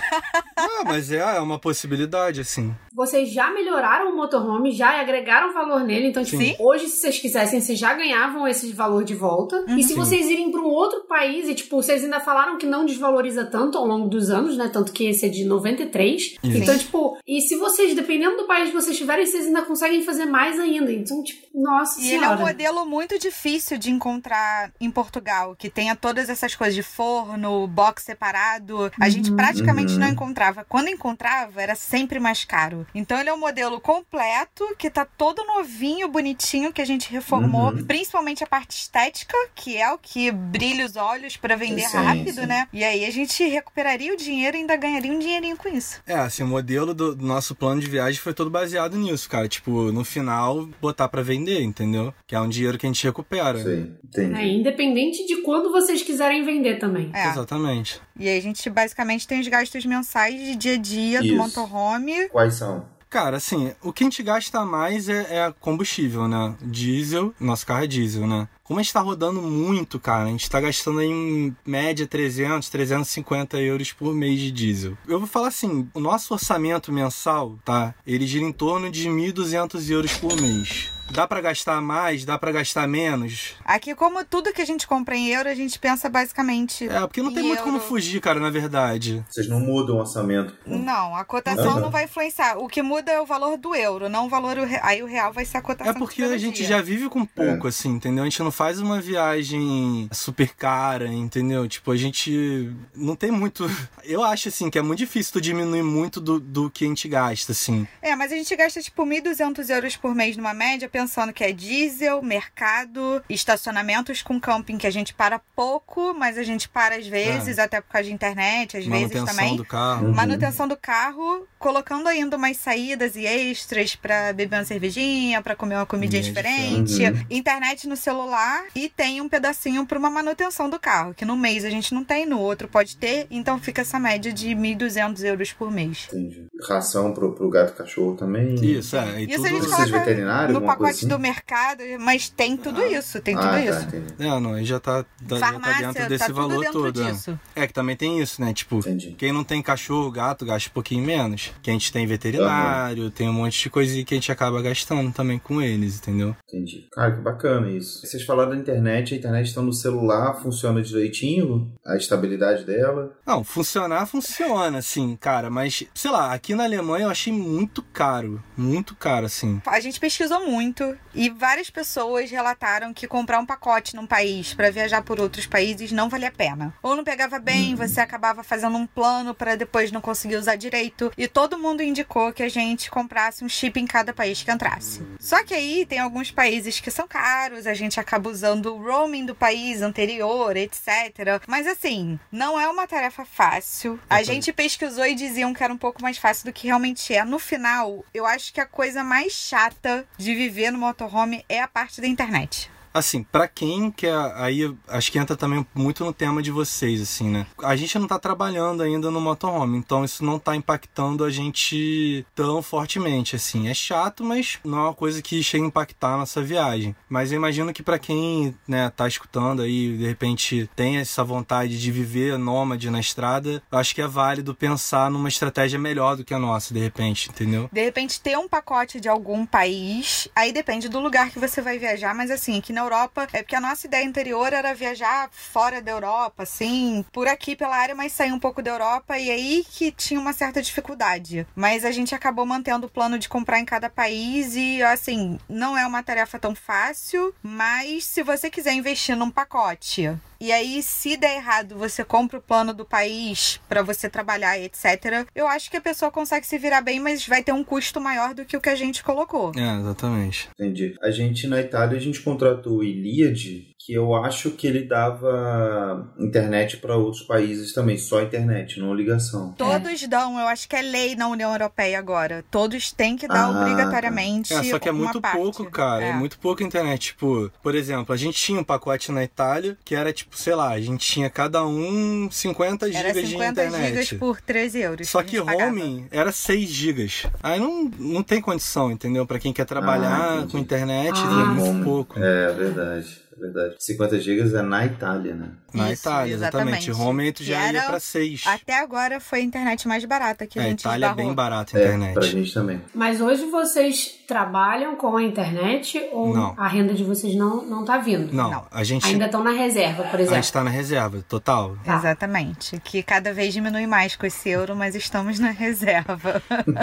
Ah, mas é, é uma possibilidade, assim. Vocês já melhoraram o motorhome, já agregaram valor nele, então, tipo, Sim. hoje, se vocês quisessem, vocês já ganhavam esse valor de volta. E se Sim. vocês irem para um outro país, e, tipo, vocês ainda falaram que não desvaloriza tanto ao longo dos anos, né? Tanto que esse é de noventa e três. Sim. Então, tipo, e se vocês, dependendo do país que vocês estiverem, vocês ainda conseguem fazer mais ainda. Então, tipo, nossa E ele é um senhora. modelo muito difícil de encontrar em Portugal, que tenha todas essas coisas de forno, box separado. A gente praticamente Uhum. não encontrava. Quando encontrava, era sempre mais caro. Então ele é um modelo completo, que tá todo novinho, bonitinho, que a gente reformou. Uhum. Principalmente a parte estética, que é o que brilha os olhos pra vender Sim, rápido, sim. né? E aí a gente recuperaria o dinheiro e ainda ganharia um dinheirinho com isso. É, assim, o modelo do, do nosso plano de viagem foi todo baseado nisso, cara. Tipo, no final, botar pra vender, entendeu? Que é um dinheiro que a gente recupera. Sei, entendi. É, independente de quando vocês quiserem vender também. É. Exatamente. E aí a gente basicamente tem os gastos mensais de dia a dia do Isso. motorhome. Quais são? Cara, assim, o que a gente gasta mais é, é combustível, né? Diesel, nosso carro é diesel, né? Como a gente tá rodando muito, cara, a gente tá gastando aí em média trezentos, trezentos e cinquenta euros por mês de diesel. Eu vou falar assim, o nosso orçamento mensal, tá? Ele gira em torno de mil e duzentos euros por mês. Dá pra gastar mais, dá pra gastar menos. Aqui, como tudo que a gente compra em euro, a gente pensa basicamente... É, porque não tem em muito como euro. fugir, cara, na verdade. Vocês não mudam o orçamento. Não, a cotação Aham. não vai influenciar. O que muda é o valor do euro, não o valor... o re- Aí o real vai ser a cotação É porque de cada a gente dia. já vive com pouco, assim, entendeu? A gente não faz uma viagem super cara, entendeu? Tipo, a gente não tem muito... Eu acho, assim, que é muito difícil tu diminuir muito do, do que a gente gasta, assim. É, mas a gente gasta tipo mil e duzentos euros por mês numa média, pensando que é diesel, mercado, estacionamentos com camping, que a gente para pouco, mas a gente para às vezes, até por causa de internet, às vezes Manutenção também. do carro. Uhum. Manutenção do carro, colocando ainda umas saídas e extras pra beber uma cervejinha, pra comer uma comidinha Comidinha diferente, diferente. internet no celular e tem um pedacinho pra uma manutenção do carro, que no mês a gente não tem, no outro pode ter, então fica essa média de mil e duzentos euros por mês. Entendi. Ração pro, pro gato e cachorro também. Isso, é. E Isso tudo... a gente Precisa de coloca veterinário, no alguma coisa pacote assim? do mercado, mas tem tudo isso, tem tudo ah, isso. Tá, entendi. É, não, aí já tá, já tá Farmácia, dentro desse tá tudo valor dentro todo. é. disso. É, que também tem isso, né? Tipo, Entendi. quem não tem cachorro, gato, gasta um pouquinho menos. Que a gente tem veterinário, tem um monte de coisa que a gente acaba gastando também com eles, entendeu? Entendi. Cara, que bacana isso. Vocês falaram da internet, a internet está no celular, funciona direitinho? A estabilidade dela? Não, funcionar funciona, assim, cara, mas, sei lá, aqui na Alemanha eu achei muito caro, muito caro, assim. A gente pesquisou muito e várias pessoas relataram que comprar um pacote num país pra viajar por outros países não valia a pena. Ou não pegava bem, Uhum. você acabava fazendo um plano pra depois não conseguir usar direito. E todo mundo indicou que a gente comprasse um chip em cada país que entrasse. Só que aí tem alguns países que são caros, a gente acaba usando o roaming do país anterior, etcétera. Mas assim, não é uma tarefa fácil. A gente pesquisou e diziam que era um pouco mais fácil do que realmente é. No final, eu acho que a coisa mais chata de viver no motorhome é a parte da internet. Assim, pra quem quer... Aí, acho que entra também muito no tema de vocês, assim, né? A gente não tá trabalhando ainda no motorhome, então isso não tá impactando a gente tão fortemente, assim. É chato, mas não é uma coisa que chega a impactar a nossa viagem. Mas eu imagino que pra quem, né, tá escutando aí, de repente tem essa vontade de viver nômade na estrada, eu acho que é válido pensar numa estratégia melhor do que a nossa, de repente, entendeu? De repente ter um pacote de algum país, aí depende do lugar que você vai viajar, mas assim, aqui na Europa, é porque a nossa ideia anterior era viajar fora da Europa, assim, por aqui pela área, mas sair um pouco da Europa, e aí que tinha uma certa dificuldade. Mas a gente acabou mantendo o plano de comprar em cada país e, assim, não é uma tarefa tão fácil, mas se você quiser investir num pacote, e aí, se der errado, você compra o plano do país pra você trabalhar, etcétera. Eu acho que a pessoa consegue se virar bem, mas vai ter um custo maior do que o que a gente colocou. É, exatamente. Entendi. A gente, na Itália, a gente contratou o Iliad, que eu acho que ele dava internet para outros países também, só internet, não ligação. Todos é. dão, eu acho que é lei na União Europeia agora. Todos têm que dar ah, obrigatoriamente é, só que é muito parte. pouco, cara. É. é muito pouco internet. Tipo, por exemplo, a gente tinha um pacote na Itália que era tipo, sei lá, a gente tinha cada um cinquenta gigas de internet. Era cinquenta gigas por treze euros. Só que, que roaming era seis gigas. Aí não, não tem condição, entendeu? Pra quem quer trabalhar ah, com internet, ah, é muito pouco. É, verdade. É verdade. cinquenta gigas é na Itália, né? Na Isso, Itália, exatamente. Roaming tu já ia pra seis. Até agora foi a internet mais barata que é, a gente Itália esbarrou. é bem barata a internet. É, pra gente também. Mas hoje vocês trabalham com a internet ou não. a renda de vocês não, não tá vindo? Não, não. A gente... Ainda estão na reserva, por exemplo. A gente tá na reserva, total. Tá. Exatamente. Que cada vez diminui mais com esse euro, mas estamos na reserva.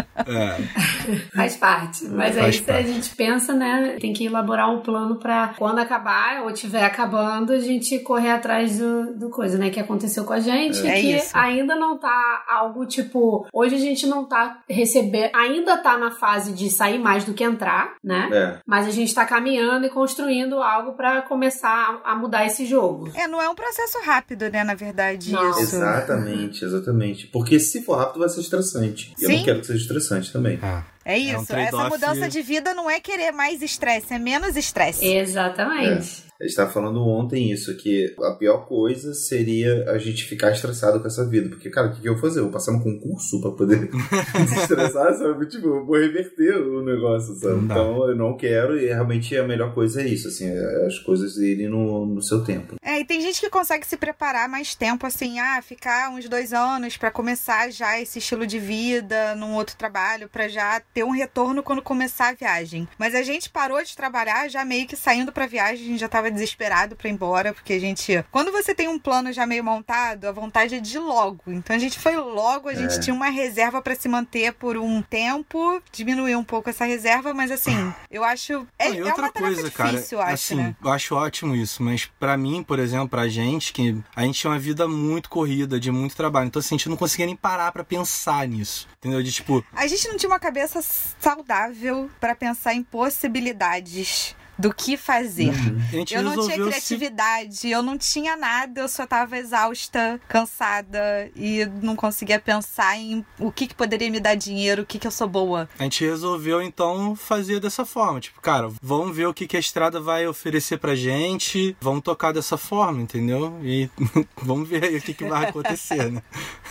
É. Faz parte. Mas Faz aí parte. A gente pensa, né? Tem que elaborar um plano pra quando acabar ou tiver acabando, a gente correr atrás do, do coisa, né? Que aconteceu com a gente. É que isso. ainda não tá algo tipo... Hoje a gente não tá recebendo... Ainda tá na fase de sair mais do que entrar, né? É. Mas a gente tá caminhando e construindo algo pra começar a mudar esse jogo. É, não é um processo rápido, né? Na verdade, Não. isso. Exatamente, exatamente. Porque se for rápido vai ser estressante. E eu Sim. não quero que seja estressante também. É. É isso. É um trade-off. Essa mudança de vida não é querer mais estresse, é menos estresse. Exatamente. É. A gente estava falando ontem isso, que a pior coisa seria a gente ficar estressado com essa vida. Porque, cara, o que, que eu vou fazer? Eu vou passar um concurso pra poder desestressar, sabe? Tipo, eu vou reverter o negócio, sabe? Não então, eu não quero e realmente a melhor coisa é isso, assim, é as coisas irem no, no seu tempo. É, e tem gente que consegue se preparar mais tempo, assim, ah, ficar uns dois anos pra começar já esse estilo de vida num outro trabalho, pra já ter um retorno quando começar a viagem. Mas a gente parou de trabalhar já meio que saindo pra viagem, a gente já tava desesperado pra ir embora, porque a gente... Quando você tem um plano já meio montado, a vontade é de ir logo. Então a gente foi logo, a gente é. tinha uma reserva pra se manter por um tempo, diminuiu um pouco essa reserva, mas assim, eu acho... É, Não, e é outra uma tarefa coisa, difícil, cara, eu acho, assim, né? eu acho ótimo isso, mas pra mim, por exemplo, pra gente, que a gente tinha uma vida muito corrida, de muito trabalho, então assim, a gente não conseguia nem parar pra pensar nisso, entendeu? De tipo... A gente não tinha uma cabeça saudável pra pensar em possibilidades do que fazer. Uhum. A gente eu não tinha resolveu criatividade, se... eu não tinha nada, eu só tava exausta, cansada e não conseguia pensar em o que, que poderia me dar dinheiro, o que, que eu sou boa. A gente resolveu, então, fazer dessa forma. Tipo, cara, vamos ver o que, que a estrada vai oferecer pra gente, vamos tocar dessa forma, entendeu? E vamos ver aí o que, que vai acontecer, né?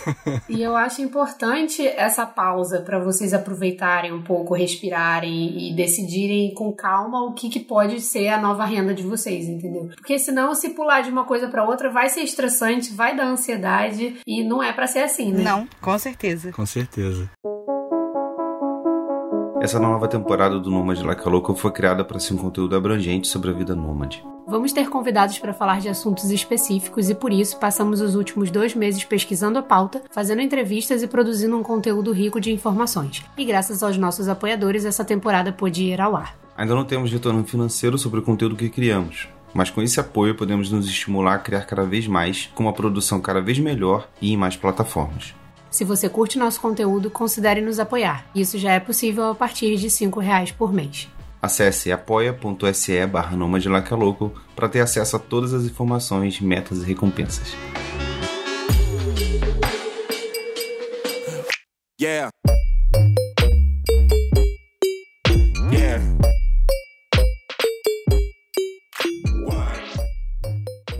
E eu acho importante essa pausa pra vocês aproveitarem um pouco, respirarem e decidirem com calma o que, que pode ser a nova renda de vocês, entendeu? Porque senão, se pular de uma coisa pra outra, vai ser estressante, vai dar ansiedade e não é pra ser assim, né? Não, com certeza. Com certeza. Essa nova temporada do Nômade Like a Local foi criada para ser um conteúdo abrangente sobre a vida nômade. Vamos ter convidados para falar de assuntos específicos e, por isso, passamos os últimos dois meses pesquisando a pauta, fazendo entrevistas e produzindo um conteúdo rico de informações. E graças aos nossos apoiadores, essa temporada pôde ir ao ar. Ainda não temos retorno financeiro sobre o conteúdo que criamos, mas com esse apoio podemos nos estimular a criar cada vez mais, com uma produção cada vez melhor e em mais plataformas. Se você curte nosso conteúdo, considere nos apoiar. Isso já é possível a partir de cinco reais por mês. Acesse apoia.se barra Nômade Like a Local para ter acesso a todas as informações, metas e recompensas. Yeah. Yeah.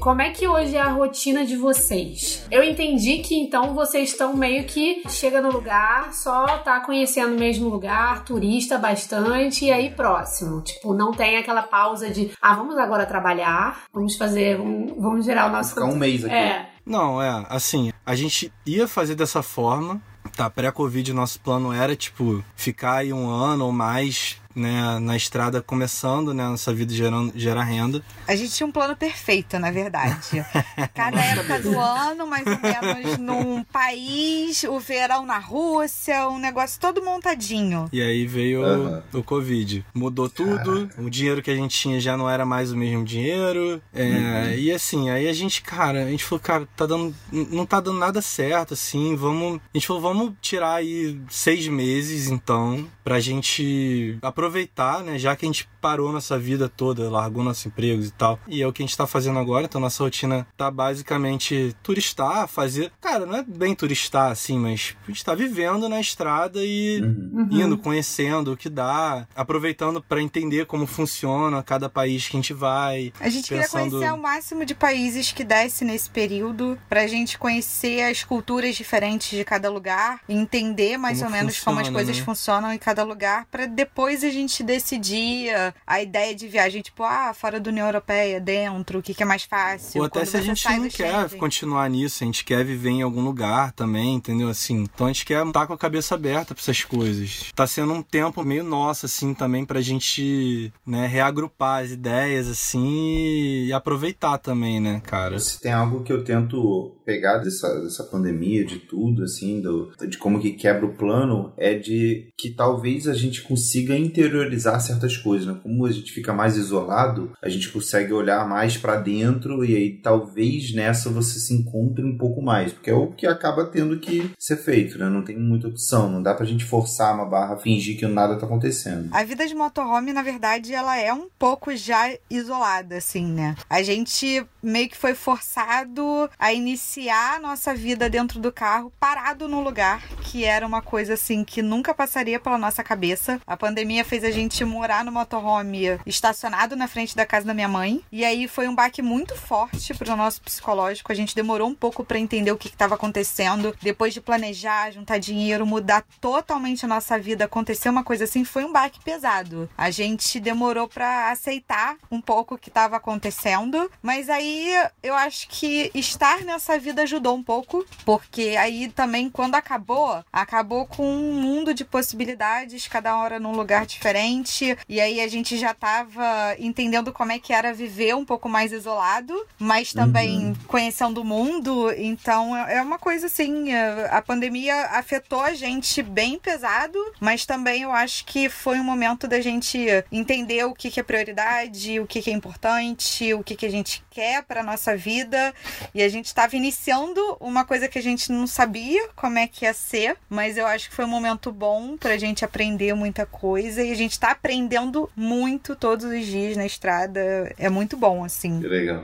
como é que hoje é a rotina de vocês? Eu entendi que então vocês estão meio que chega no lugar, só tá conhecendo o mesmo lugar, turista bastante e aí próximo. Tipo, não tem aquela pausa de, ah, vamos agora trabalhar, vamos fazer, vamos, vamos gerar o nosso... Ficar um mês aqui. É. Não, é, assim, a gente ia fazer dessa forma, tá, pré-Covid nosso plano era, tipo, ficar aí um ano ou mais, né, na estrada começando, né, nossa vida gerando, gerar renda. A gente tinha um plano perfeito, na verdade. Cada época do ano, mais ou menos num país, o verão na Rússia, um negócio todo montadinho. E aí veio uhum. o, o Covid. Mudou tudo, Caraca. O dinheiro que a gente tinha já não era mais o mesmo dinheiro. É, uhum. E assim, aí a gente, cara, a gente falou, cara, tá dando, não tá dando nada certo, assim, vamos... A gente falou, vamos tirar aí seis meses, então, pra gente aproveitar, né, já que a gente parou nossa vida toda, largou nossos empregos e tal. E é o que a gente tá fazendo agora, então nossa rotina tá basicamente turistar, fazer... Cara, não é bem turistar, assim, mas a gente tá vivendo na estrada e uhum. indo, conhecendo o que dá, aproveitando pra entender como funciona cada país que a gente vai. A gente pensando... queria conhecer o máximo de países que desse nesse período, pra gente conhecer as culturas diferentes de cada lugar, entender mais como ou menos funciona, como as coisas né? funcionam em cada lugar, pra depois a gente decidir a ideia de viagem, tipo, ah, fora da União Europeia, dentro, o que, que é mais fácil. Ou até se a gente não quer continuar nisso, a gente quer viver em algum lugar também, entendeu? Assim, então a gente quer estar com a cabeça aberta pra essas coisas. Tá sendo um tempo meio nosso, assim, também pra gente, né, reagrupar as ideias, assim, e aproveitar também, né, cara? Se tem algo que eu tento pegar dessa, dessa pandemia, de tudo, assim, do, de como que quebra o plano, é de que talvez a gente consiga interiorizar certas coisas, né? Como a gente fica mais isolado, a gente consegue olhar mais pra dentro e aí talvez nessa você se encontre um pouco mais, porque é o que acaba tendo que ser feito, né? Não tem muita opção, não dá pra gente forçar uma barra, fingir que nada tá acontecendo. A vida de motorhome, na verdade, ela é um pouco já isolada, assim, né? A gente meio que foi forçado a iniciar a nossa vida dentro do carro, parado no lugar, que era uma coisa, assim, que nunca passaria pela nossa cabeça. A pandemia fez a gente morar no motorhome estacionado na frente da casa da minha mãe, e aí foi um baque muito forte pro nosso psicológico. A gente demorou um pouco pra entender o que estava acontecendo. Depois de planejar, juntar dinheiro, mudar totalmente a nossa vida, acontecer uma coisa assim, foi um baque pesado. A gente demorou pra aceitar um pouco o que estava acontecendo, mas aí eu acho que estar nessa vida ajudou um pouco, porque aí também quando acabou, acabou com um mundo de possibilidades, cada hora num lugar diferente, e aí a gente já tava entendendo como é que era viver um pouco mais isolado, mas também uhum. conhecendo o mundo. Então é uma coisa assim, a pandemia afetou a gente bem pesado, mas também eu acho que foi um momento da gente entender o que, que é prioridade, o que, que é importante, o que, que a gente quer para nossa vida, e a gente estava iniciando uma coisa que a gente não sabia como é que ia ser, mas eu acho que foi um momento bom pra gente aprender muita coisa, e a gente tá aprendendo muito todos os dias na estrada. É muito bom, assim. Que legal.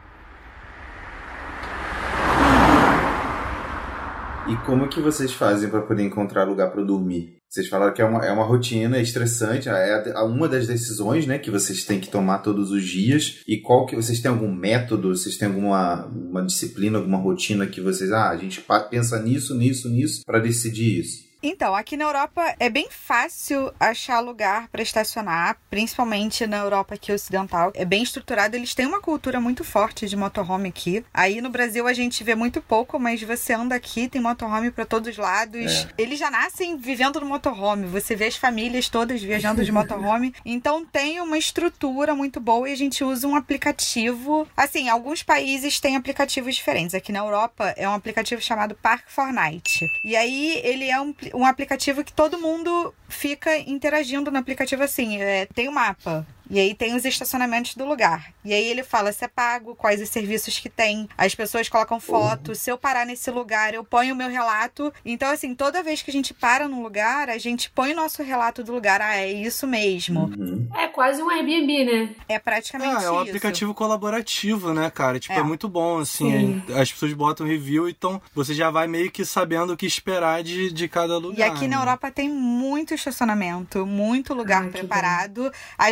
E como que vocês fazem para poder encontrar lugar para dormir? Vocês falaram que é uma, é uma rotina estressante, é uma das decisões, né, que vocês têm que tomar todos os dias. E qual que vocês têm algum método, vocês têm alguma uma disciplina, alguma rotina que vocês, ah, a gente pensa nisso, nisso, nisso para decidir isso? Então, aqui na Europa é bem fácil achar lugar para estacionar, principalmente na Europa aqui ocidental. É bem estruturado, eles têm uma cultura muito forte de motorhome aqui. Aí no Brasil a gente vê muito pouco, mas você anda aqui, tem motorhome para todos os lados. É. Eles já nascem vivendo no motorhome, você vê as famílias todas viajando de motorhome. Então tem uma estrutura muito boa e a gente usa um aplicativo. Assim, alguns países têm aplicativos diferentes. Aqui na Europa é um aplicativo chamado Park for Night. E aí ele é um um aplicativo que todo mundo fica interagindo no aplicativo assim, é, tem o um mapa. E aí tem os estacionamentos do lugar. E aí ele fala se é pago, quais os serviços que tem. As pessoas colocam foto. Se eu parar nesse lugar, eu ponho o meu relato. Então, assim, toda vez que a gente para num lugar, a gente põe o nosso relato do lugar. Ah, é isso mesmo. Uhum. É quase um Airbnb, né? É praticamente isso. É, é um isso. aplicativo colaborativo, né, cara? Tipo, é, é muito bom, assim. Sim. As pessoas botam review, então você já vai meio que sabendo o que esperar de, de cada lugar. E aqui né? na Europa tem muito estacionamento, muito lugar Ai, preparado. A gente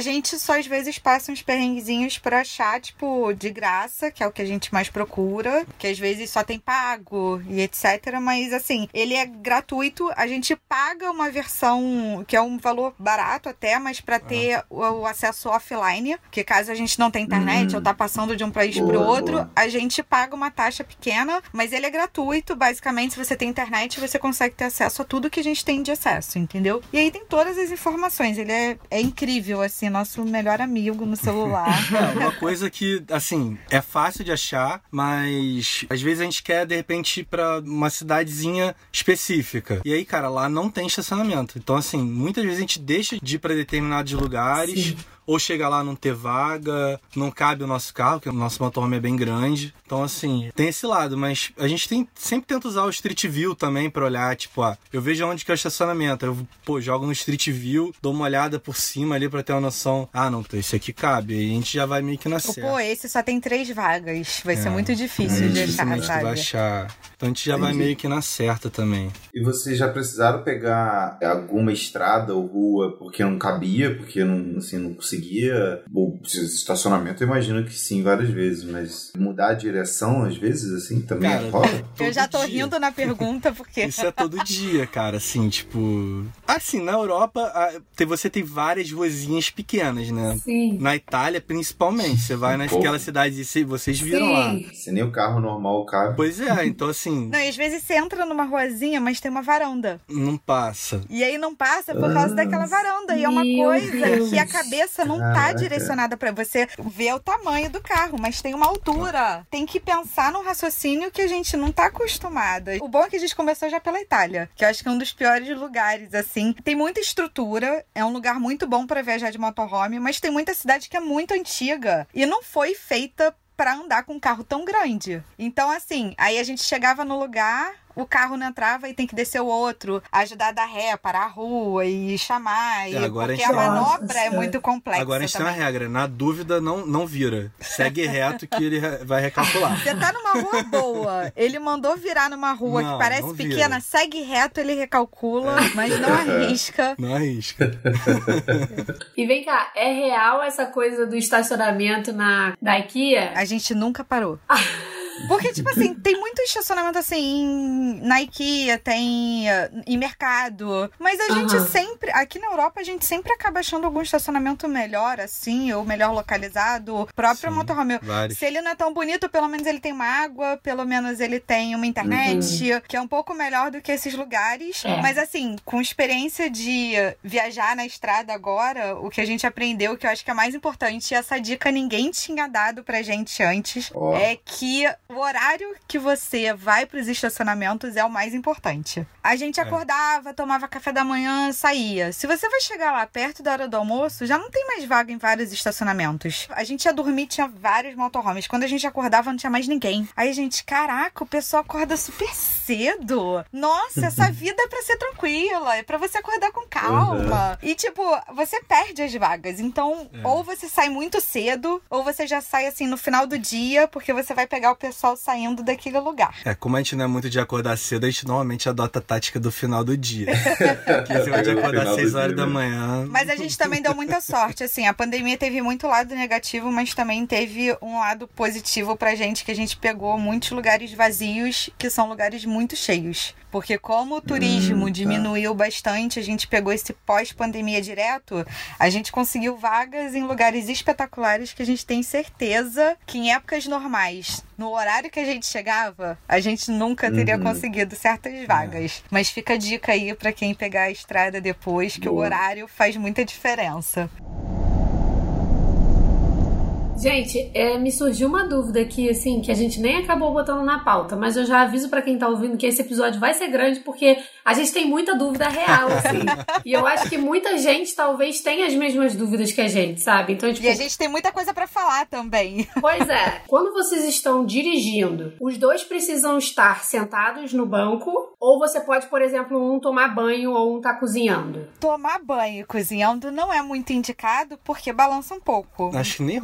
só às vezes passa uns perrenguezinhos pra achar, tipo, de graça, que é o que a gente mais procura, que às vezes só tem pago e etcétera. Mas, assim, ele é gratuito, a gente paga uma versão que é um valor barato até, mas pra ter ah. o, o acesso offline, porque caso a gente não tenha internet hum. ou tá passando de um país boa, pro outro, boa. a gente paga uma taxa pequena, mas ele é gratuito. Basicamente, se você tem internet, você consegue ter acesso a tudo que a gente tem de acesso, entendeu? E aí tem todas as informações. Ele é, é incrível, assim, nosso melhor amigo no celular. É, uma coisa que, assim, é fácil de achar, mas às vezes a gente quer, de repente, ir pra uma cidadezinha específica. E aí, cara, lá não tem estacionamento. Então, assim, muitas vezes a gente deixa de ir pra determinados lugares... Sim. Ou chega lá não ter vaga, não cabe o nosso carro, porque o nosso motorhome é bem grande. Então, assim, tem esse lado. Mas a gente tem, sempre tenta usar o Street View também pra olhar, tipo, ah, eu vejo onde que é o estacionamento. Eu, pô, jogo no Street View, dou uma olhada por cima ali pra ter uma noção. Ah, não, esse aqui cabe. Aí a gente já vai meio que na certa. Pô, esse só tem três vagas. Vai é, ser muito difícil é, de achar, sabe? Vai achar. Então a gente já Entendi. vai meio que na certa também. E vocês já precisaram pegar alguma estrada ou rua porque não cabia, porque não, assim, não conseguia? Bom, estacionamento eu imagino que sim, várias vezes, mas mudar a direção às vezes, assim, também cara, é foda? Eu já tô dia. rindo na pergunta, porque... Isso é todo dia, cara, assim, tipo... Assim, na Europa, você tem várias ruazinhas pequenas, né? Sim. Na Itália, principalmente, você vai naquela cidade e vocês viram sim. lá. Se nem o carro normal cabe. Pois é, então assim... Não, e às vezes você entra numa ruazinha, mas tem uma varanda. Não passa. E aí não passa por causa ah, daquela varanda. E é uma coisa Deus. que a cabeça não Caraca. tá direcionada pra você ver o tamanho do carro, mas tem uma altura. Tem que pensar num raciocínio que a gente não tá acostumada. O bom é que a gente começou já pela Itália, que eu acho que é um dos piores lugares, assim. Tem muita estrutura, é um lugar muito bom pra viajar de motorhome, mas tem muita cidade que é muito antiga e não foi feita pra andar com um carro tão grande. Então, assim, aí a gente chegava no lugar... O carro não entrava e tem que descer o outro, ajudar a dar ré, parar a rua e chamar. É, e, agora porque a, a manobra é muito complexa. Agora a gente também. tem uma regra, na dúvida não, não vira. Segue reto que ele vai recalcular. Você tá numa rua boa, ele mandou virar numa rua não, que parece pequena, segue reto, ele recalcula, é. mas não arrisca. Não arrisca. E vem cá, é real essa coisa do estacionamento na da IKEA? A gente nunca parou. Porque, tipo assim, tem muito estacionamento assim na IKEA, tem uh, em mercado. Mas a gente uhum. sempre, aqui na Europa, a gente sempre acaba achando algum estacionamento melhor, assim, ou melhor localizado. O próprio Sim, motorhome. Vários. Se ele não é tão bonito, pelo menos ele tem uma água, pelo menos ele tem uma internet, uhum. que é um pouco melhor do que esses lugares. É. Mas assim, com experiência de viajar na estrada agora, o que a gente aprendeu, que eu acho que é mais importante, e essa dica ninguém tinha dado pra gente antes, oh. é que o horário que você vai pros estacionamentos é o mais importante. A gente acordava, é. tomava café da manhã, saía. Se você vai chegar lá perto da hora do almoço, já não tem mais vaga em vários estacionamentos. A gente ia dormir, tinha vários motorhomes. Quando a gente acordava, não tinha mais ninguém. Aí a gente, caraca, o pessoal acorda super cedo. Nossa, essa vida é pra ser tranquila, é pra você acordar com calma. Uhum. E tipo, você perde as vagas. Então, é. ou você sai muito cedo, ou você já sai assim no final do dia, porque você vai pegar o pessoal saindo daquele lugar. É, como a gente não é muito de acordar cedo, a gente normalmente adota a tática do final do dia. Que você vai de acordar às seis horas da manhã. Mas a gente também deu muita sorte, assim, a pandemia teve muito lado negativo, mas também teve um lado positivo pra gente, que a gente pegou muitos lugares vazios, que são lugares muito cheios. Porque como o turismo hum, tá. diminuiu bastante, a gente pegou esse pós-pandemia direto, a gente conseguiu vagas em lugares espetaculares que a gente tem certeza que em épocas normais, no horário que a gente chegava, a gente nunca teria uhum. conseguido certas vagas. É. Mas fica a dica aí pra quem pegar a estrada depois, que Boa. o horário faz muita diferença. Gente, é, me surgiu uma dúvida aqui, assim, que a gente nem acabou botando na pauta, mas eu já aviso pra quem tá ouvindo que esse episódio vai ser grande, porque a gente tem muita dúvida real, assim. E eu acho que muita gente talvez tenha as mesmas dúvidas que a gente, sabe? Então, tipo... E a gente tem muita coisa pra falar também. Pois é. Quando vocês estão dirigindo, os dois precisam estar sentados no banco, ou você pode, por exemplo, um tomar banho ou um tá cozinhando? Tomar banho e cozinhando não é muito indicado, porque balança um pouco. Acho que nem rola, cara.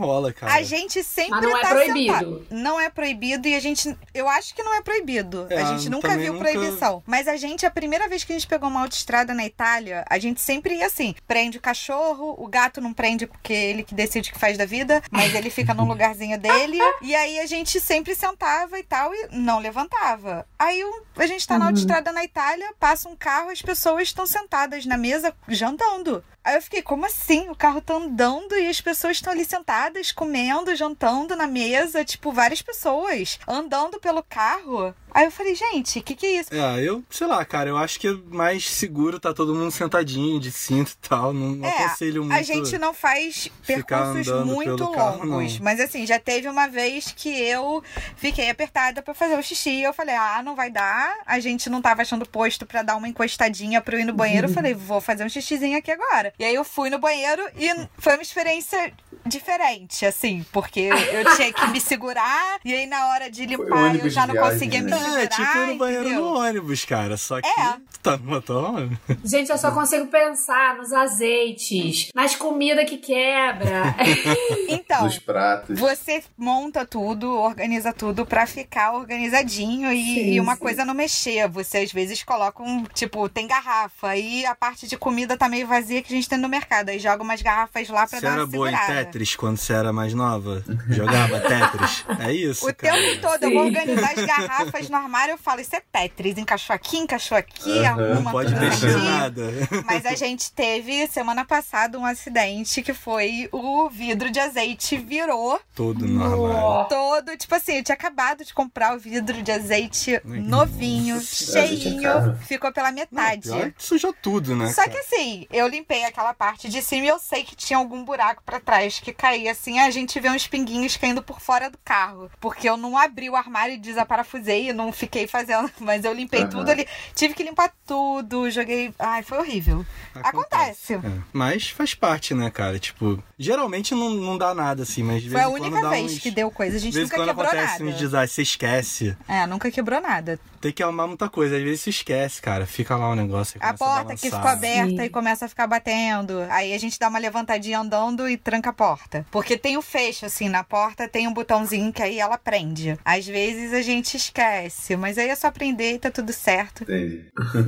cara. A gente sempre Mas não tá é proibido. sentado. Não é proibido e a gente... Eu acho que não é proibido. É, a gente nunca viu nunca... proibição. Mas a gente, a primeira vez que a gente pegou uma autoestrada na Itália, a gente sempre ia assim, prende o cachorro, o gato não prende porque ele que decide o que faz da vida, mas ele fica num lugarzinho dele. E aí a gente sempre sentava e tal e não levantava. Aí a gente tá na autoestrada na Itália, passa um carro, as pessoas estão sentadas na mesa jantando. Aí eu fiquei, como assim? O carro tá andando e as pessoas estão ali sentadas, comendo, jantando na mesa, tipo, várias pessoas andando pelo carro. Aí eu falei, gente, o que que é isso? É, eu, sei lá, cara, eu acho que é mais seguro tá todo mundo sentadinho, de cinto e tal, não, não é, aconselho muito. A gente não faz percursos muito carro, longos, não. Mas assim, já teve uma vez que eu fiquei apertada pra fazer o xixi, eu falei, ah, não vai dar, a gente não tava achando posto pra dar uma encostadinha pra eu ir no banheiro, eu falei, vou fazer um xixizinho aqui agora. E aí eu fui no banheiro e foi uma experiência diferente, assim, porque eu tinha que me segurar e aí na hora de limpar eu já não viagem, conseguia né? me segurar. É, tipo ir no banheiro entendeu? no ônibus, cara, só que É. tá no motorhome. Gente, eu só consigo pensar nos azeites, nas comidas que quebra. Então, Nos pratos. você monta tudo, organiza tudo pra ficar organizadinho e, Sim, e uma sim. coisa não mexer. Você às vezes coloca um, tipo, tem garrafa e a parte de comida tá meio vazia que a gente tem no mercado. Aí joga umas garrafas lá pra Você dar era uma boa em segurada. Tetris quando você era mais nova? Jogava Tetris? É isso, O cara. tempo todo eu Sim. vou organizar as garrafas no armário, eu falo, isso é Tetris, encaixou aqui, encaixou aqui, Uhum. arruma Não pode tudo mexer aqui. nada. Mas a gente teve, semana passada, um acidente que foi o vidro de azeite virou Todo no armário. todo, tipo assim, eu tinha acabado de comprar o vidro de azeite novinho, Azeite é cheinho, caro. ficou pela Não, metade. pior que sujou tudo, né? Só cara? que assim, eu limpei aquela parte de cima e eu sei que tinha algum buraco pra trás que caía assim, a gente vê uns pinguinhos caindo por fora do carro, porque eu não abri o armário e desaparafusei, eu não fiquei fazendo, mas eu limpei Uhum. tudo ali, tive que limpar tudo, joguei, ai, foi horrível. Acontece. É. Mas faz parte, né, cara? Tipo, geralmente não, não dá nada assim, mas de Foi vez a em quando única dá vez uns... que deu coisa, a De gente vez em nunca quando quebrou acontece uns nada. desastres, você esquece. É, nunca quebrou nada. Tem que arrumar muita coisa, às vezes se esquece, cara. Fica lá o negócio. aí A começa porta que balançar. ficou aberta Sim. e começa a ficar batendo. Aí a gente dá uma levantadinha andando e tranca a porta. Porque tem o fecho, assim, na porta tem um botãozinho que aí ela prende. Às vezes a gente esquece, mas aí é só prender e tá tudo certo. Entendi.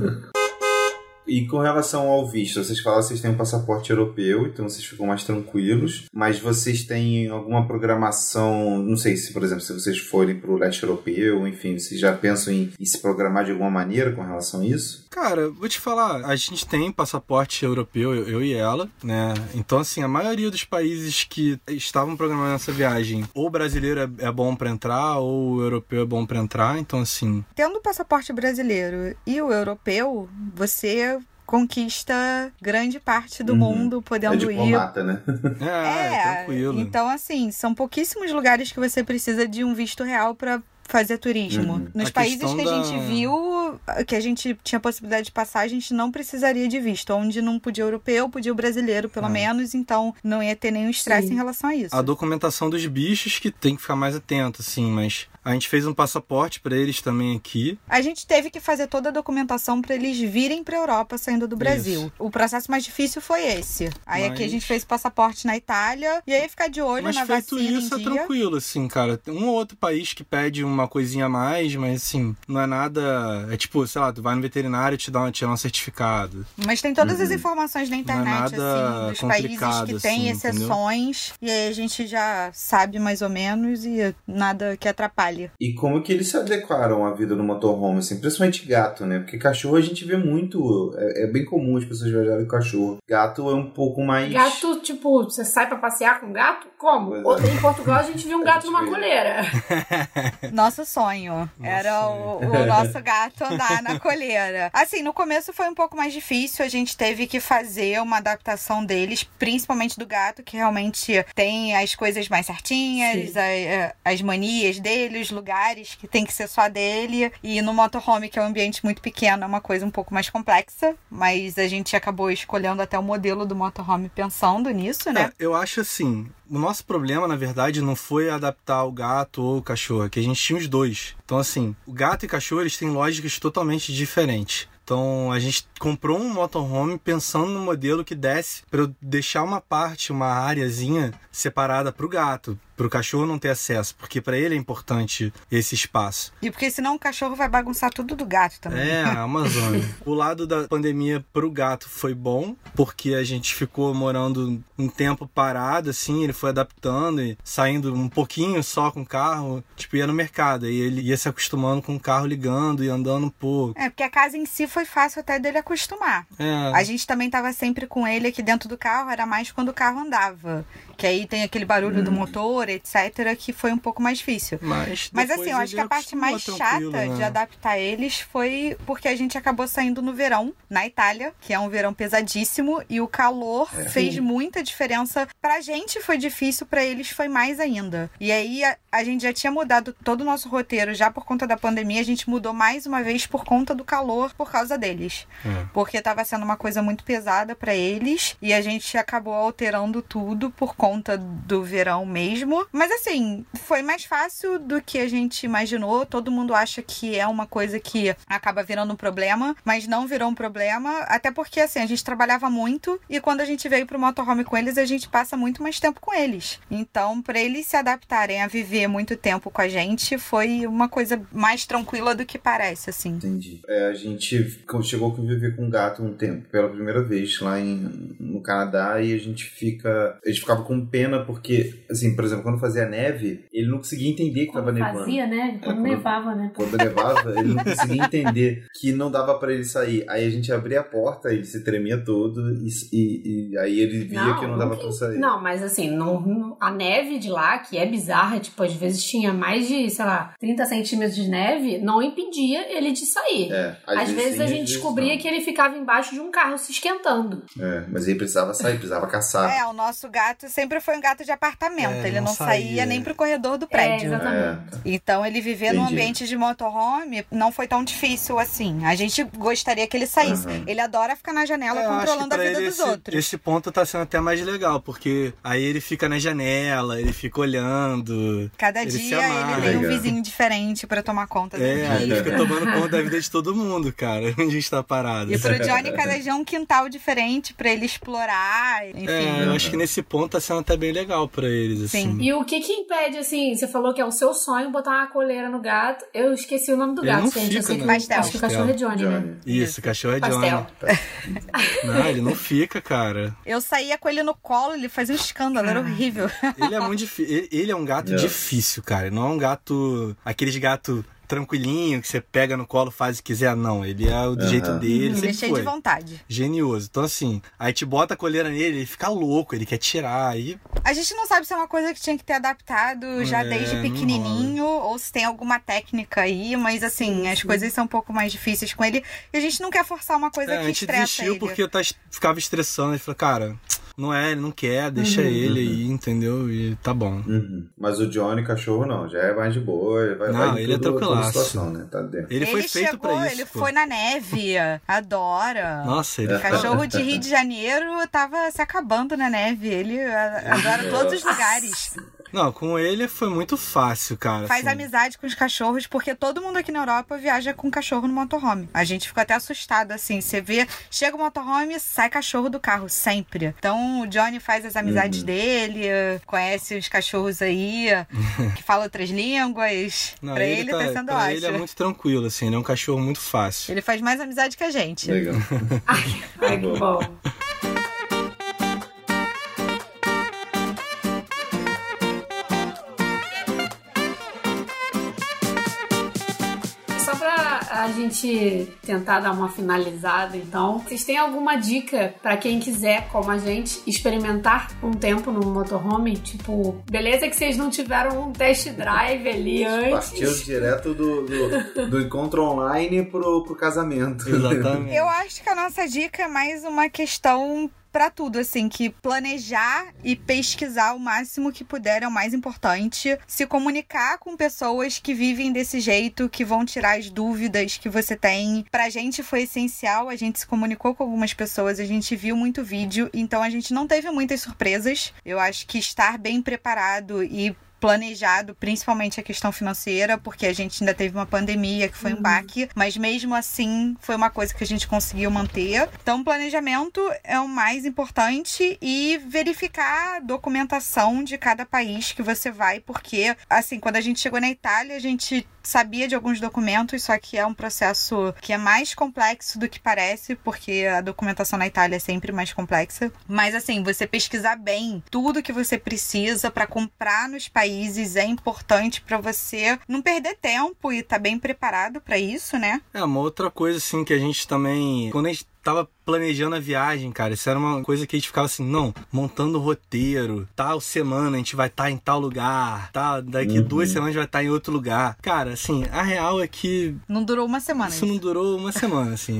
E com relação ao visto, vocês falam que vocês têm um passaporte europeu, então vocês ficam mais tranquilos, mas vocês têm alguma programação, não sei se, por exemplo, se vocês forem para o leste europeu, enfim, vocês já pensam em, em se programar de alguma maneira com relação a isso? Cara, vou te falar, a gente tem passaporte europeu, eu, eu e ela, né? Então, assim, a maioria dos países que estavam programando essa viagem, ou o brasileiro é, é bom pra entrar, ou o europeu é bom pra entrar, então, assim... Tendo o passaporte brasileiro e o europeu, você conquista grande parte do Uhum. mundo É podendo ir. diplomata, né? É, é tranquilo. Então, assim, são pouquíssimos lugares que você precisa de um visto real pra fazer turismo. Uhum. Nos A países questão que a da- gente viu, que a gente tinha possibilidade de passar, a gente não precisaria de visto. Onde não podia europeu, podia o brasileiro, pelo Ah. menos, então não ia ter nenhum estresse Sim. em relação a isso. A documentação dos bichos que tem que ficar mais atento, assim, mas a gente fez um passaporte pra eles também aqui. A gente teve que fazer toda a documentação para eles virem para Europa saindo do Brasil. Isso. O processo mais difícil foi esse. Aí Mas- aqui a gente fez passaporte na Itália e aí ficar de olho Mas na feito vacina isso em é dia. tranquilo, assim, cara. Tem um ou outro país que pede uma coisinha a mais, mas assim, não é nada. É tipo, sei lá, tu vai no veterinário e te dá uma, tirar um certificado. Mas tem todas as Uhum. informações na internet, nada assim, dos países complicado, que têm assim, exceções. E aí a gente já sabe mais ou menos e nada que atrapalhe. E como que eles se adequaram à vida no motorhome, assim, principalmente gato, né? Porque cachorro a gente vê muito, é, é bem comum as pessoas viajarem com cachorro. Gato é um pouco mais... Gato, tipo, você sai pra passear com gato? Como? Pois é. Em Portugal a gente viu um A gato gente numa vê. coleira. Nosso sonho. Era o, o nosso gato andar na coleira. Assim, no começo foi um pouco mais difícil. A gente teve que fazer uma adaptação deles, principalmente do gato, que realmente tem as coisas mais certinhas, a- a- as manias dele, os lugares que tem que ser só dele. E no motorhome, que é um ambiente muito pequeno, é uma coisa um pouco mais complexa. Mas a gente acabou escolhendo até o modelo do motorhome pensando nisso, né? É, eu acho assim, o nosso problema, na verdade, não foi adaptar o gato ou o cachorro, é que a gente tinha os dois. Então, assim, o gato e o cachorro, eles têm lógicas totalmente diferentes. Então, a gente comprou um motorhome pensando no modelo que desse para eu deixar uma parte, uma areazinha separada pro gato. pro cachorro não ter acesso, porque pra ele é importante esse espaço. E porque senão o cachorro vai bagunçar tudo do gato também. É, a Amazônia. O lado da pandemia pro gato foi bom, porque a gente ficou morando um tempo parado, assim, ele foi adaptando e saindo um pouquinho só com o carro, tipo, ia no mercado, e ele ia se acostumando com o carro ligando e andando um pouco. É, porque a casa em si foi fácil até dele acostumar. É. A gente também tava sempre com ele aqui dentro do carro, era mais quando o carro andava. Que aí tem aquele barulho hum. do motor, etcétera, que foi um pouco mais difícil. Mas, Mas assim, eu acho que a parte mais chata né? de adaptar eles foi porque a gente acabou saindo no verão, na Itália, que é um verão pesadíssimo, e o calor é. fez muita diferença. Pra gente foi difícil, pra eles foi mais ainda. E aí a, a gente já tinha mudado todo o nosso roteiro, já por conta da pandemia, a gente mudou mais uma vez por conta do calor, por causa deles. É. Porque tava sendo uma coisa muito pesada pra eles, e a gente acabou alterando tudo por conta do verão mesmo. Mas assim, foi mais fácil do que a gente imaginou. Todo mundo acha que é uma coisa que acaba virando um problema, mas não virou um problema, até porque assim, a gente trabalhava muito, e quando a gente veio pro motorhome com eles, a gente passa muito mais tempo com eles. Então, pra eles se adaptarem a viver muito tempo com a gente, foi uma coisa mais tranquila do que parece, assim. Entendi. É, a gente chegou a conviver com um gato um tempo, pela primeira vez lá em, no Canadá, e a gente fica... A gente ficava com pena porque, assim, por exemplo, quando fazia neve, ele não conseguia entender que quando tava nevando. Fazia neve? Quando, é, quando nevava, né? Quando nevava, ele não conseguia entender que não dava pra ele sair. Aí a gente abria a porta, ele se tremia todo, e, e, e aí ele via não, que não dava não, pra sair. Não, mas assim, não, a neve de lá, que é bizarra, tipo, às vezes tinha mais de, sei lá, trinta centímetros de neve, não impedia ele de sair. É, às, às vezes, vezes sim, a gente descobria não. que ele ficava embaixo de um carro se esquentando. É, mas ele precisava sair, precisava caçar. É, o nosso gato sempre foi um gato de apartamento. É, ele não, não saía, saía nem pro corredor do prédio. É, exatamente. É. Então ele viver Entendi. num ambiente de motorhome não foi tão difícil assim. A gente gostaria que ele saísse. Uhum. Ele adora ficar na janela é, controlando a vida dos esse, outros. Esse ponto tá sendo até mais legal, porque aí ele fica na janela, ele fica olhando. Cada ele dia ele tem um vizinho diferente pra tomar conta dele. É, ele fica tomando conta da vida de todo mundo, cara, onde a gente tá parado. E pro Johnny, cada dia é um quintal diferente pra ele explorar, enfim. É, eu acho que nesse ponto tá sendo até bem legal pra eles, assim. Sim. E o que que impede, assim, você falou que é o seu sonho botar uma coleira no gato. Eu esqueci o nome do ele gato, não gente. Fica, eu sei né? que Pastel. Acho que o cachorro é Johnny, Johnny. né? Isso, o cachorro é Pastel. Johnny. Não, ele não fica, cara. Eu saía com ele no colo, ele fazia um escândalo, era horrível. Ele é muito difícil. Ele é um gato yeah. difícil, cara. Não é um gato... Aqueles gatos... tranquilinho, que você pega no colo, faz o que quiser. Não, ele é o do uhum. jeito dele. Ele é cheio foi. de vontade. Genioso. Então, assim, aí te bota a coleira nele, ele fica louco, ele quer tirar. Aí... A gente não sabe se é uma coisa que tinha que ter adaptado já é, desde pequenininho, ou se tem alguma técnica aí, mas assim, sim, as sim. coisas são um pouco mais difíceis com ele, e a gente não quer forçar uma coisa é, que estressa ele. A gente desistiu porque tá, ficava estressando, ele falou, cara... Não é, ele não quer, deixa uhum, ele aí, uhum. entendeu? E tá bom. Uhum. Mas o Johnny, cachorro, não, já é mais de boa. Ele vai, não, vai ele tudo, é tranquilaço. Situação, né? Tá dentro. Ele, ele foi feito chegou, pra isso. Ele pô. foi na neve, adora. Nossa, ele... Cachorro de Rio de Janeiro tava se acabando na neve. Ele adora todos os lugares. Não, com ele foi muito fácil, cara. Faz assim. amizade com os cachorros, porque todo mundo aqui na Europa viaja com cachorro no motorhome. A gente ficou até assustado, assim. Você vê, chega o motorhome, sai cachorro do carro, sempre. Então, o Johnny faz as amizades uhum. dele, conhece os cachorros aí, que falam outras línguas. Não, pra ele, ele tá, tá sendo pra ótimo. Ele é muito tranquilo, assim. Ele é um cachorro muito fácil. Ele faz mais amizade que a gente. Legal. Ai, ai que bom. A gente tentar dar uma finalizada, então. Vocês têm alguma dica pra quem quiser, como a gente, experimentar um tempo no motorhome? Tipo, beleza que vocês não tiveram um test drive ali antes. Partiu direto do, do, do encontro online pro, pro casamento. Exatamente. Eu acho que a nossa dica é mais uma questão... pra tudo, assim, que planejar e pesquisar o máximo que puder é o mais importante. Se comunicar com pessoas que vivem desse jeito, que vão tirar as dúvidas que você tem. Pra gente foi essencial, a gente se comunicou com algumas pessoas, a gente viu muito vídeo, então a gente não teve muitas surpresas. Eu acho que estar bem preparado e planejado, principalmente a questão financeira, porque a gente ainda teve uma pandemia que foi um baque, mas mesmo assim foi uma coisa que a gente conseguiu manter. Então, planejamento é o mais importante e verificar a documentação de cada país que você vai, porque, assim, quando a gente chegou na Itália, a gente sabia de alguns documentos, só que é um processo que é mais complexo do que parece, porque a documentação na Itália é sempre mais complexa. Mas, assim, você pesquisar bem tudo que você precisa para comprar nos países é importante para você não perder tempo e estar tá bem preparado para isso, né? É, uma outra coisa, assim, que a gente também... Quando a gente tava planejando a viagem, cara, isso era uma coisa que a gente ficava assim, não, montando o roteiro, tal semana a gente vai estar tá em tal lugar, tal, daqui uhum. duas semanas a gente vai estar tá em outro lugar. Cara, assim, a real é que... Não durou uma semana. Isso, isso. não durou uma semana, assim.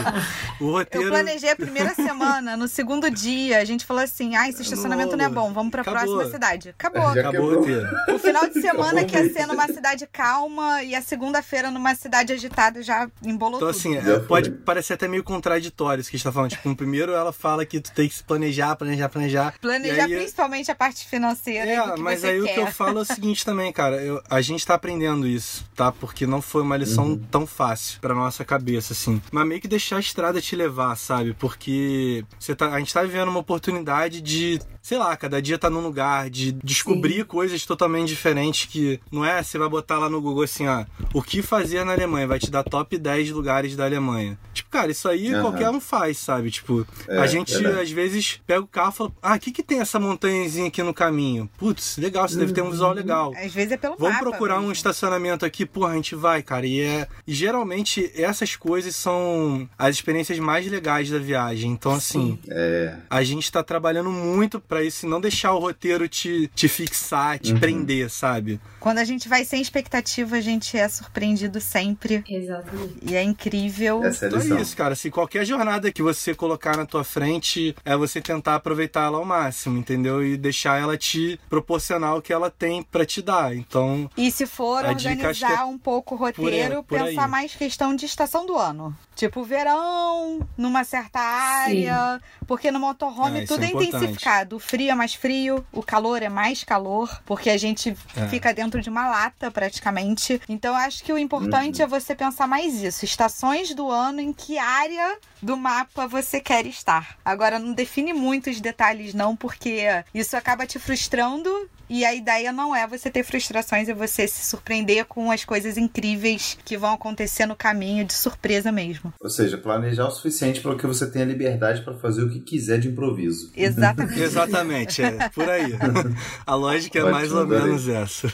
O roteiro... Eu planejei a primeira semana, no segundo dia, a gente falou assim, ah, esse estacionamento não é bom, vamos pra Acabou. próxima cidade. Acabou. Já Acabou o roteiro. O final de semana que ia ser numa cidade calma e a segunda-feira numa cidade agitada já embolou então, tudo. Então, assim, pode parecer até meio contraditório isso que a gente tá falando. Tipo, no primeiro ela fala que tu tem que se planejar, planejar, planejar. Planejar aí, principalmente a parte financeira. É, do que mas você aí quer. o que eu falo é o seguinte também, cara. Eu, a gente tá aprendendo isso, tá? Porque não foi uma lição uhum. tão fácil pra nossa cabeça, assim. Mas meio que deixar a estrada te levar, sabe? Porque você tá, a gente tá vivendo uma oportunidade de, sei lá, cada dia tá num lugar, de descobrir Sim. coisas totalmente diferentes que não é, você vai botar lá no Google assim, ó, o que fazer na Alemanha, vai te dar top dez lugares da Alemanha. Tipo, cara, isso aí uhum. qualquer um faz, sabe? Tipo, é, a gente é às vezes pega o carro e fala, ah, o que que tem essa montanhazinha aqui no caminho? Putz, legal, você uhum. deve ter um visual legal. Às vezes é pelo Vamos mapa, procurar mesmo. um estacionamento aqui, porra, a gente vai, cara. E, é, e geralmente essas coisas são as experiências mais legais da viagem. Então, assim, é. a gente tá trabalhando muito pra isso e não deixar o roteiro te, te fixar, te uhum. prender, sabe? Quando a gente vai sem expectativa, a gente é surpreendido sempre. Exatamente. E é incrível. Essa é a então lição. é isso, cara. Se qualquer jornada que você colocar na tua frente, é você tentar aproveitar ela ao máximo, entendeu? E deixar ela te proporcionar o que ela tem pra te dar. Então, e se for organizar é um pouco o roteiro, por, por pensar aí. mais questão de estação do ano. Tipo, verão, numa certa área. Sim. Porque no motorhome é, tudo é, é intensificado. O frio é mais frio, o calor é mais calor, porque a gente é. fica dentro de uma lata, praticamente. Então, eu acho que o importante uhum. é você pensar mais isso. Estações do ano, em que área do mapa você quer estar. Agora, não define muitos detalhes, não, porque isso acaba te frustrando. E a ideia não é você ter frustrações, é você se surpreender com as coisas incríveis que vão acontecer no caminho, de surpresa mesmo. Ou seja, planejar o suficiente para que você tenha liberdade para fazer o que quiser de improviso. Exatamente. Exatamente, é por aí. A lógica é Ótimo, mais ou menos essa.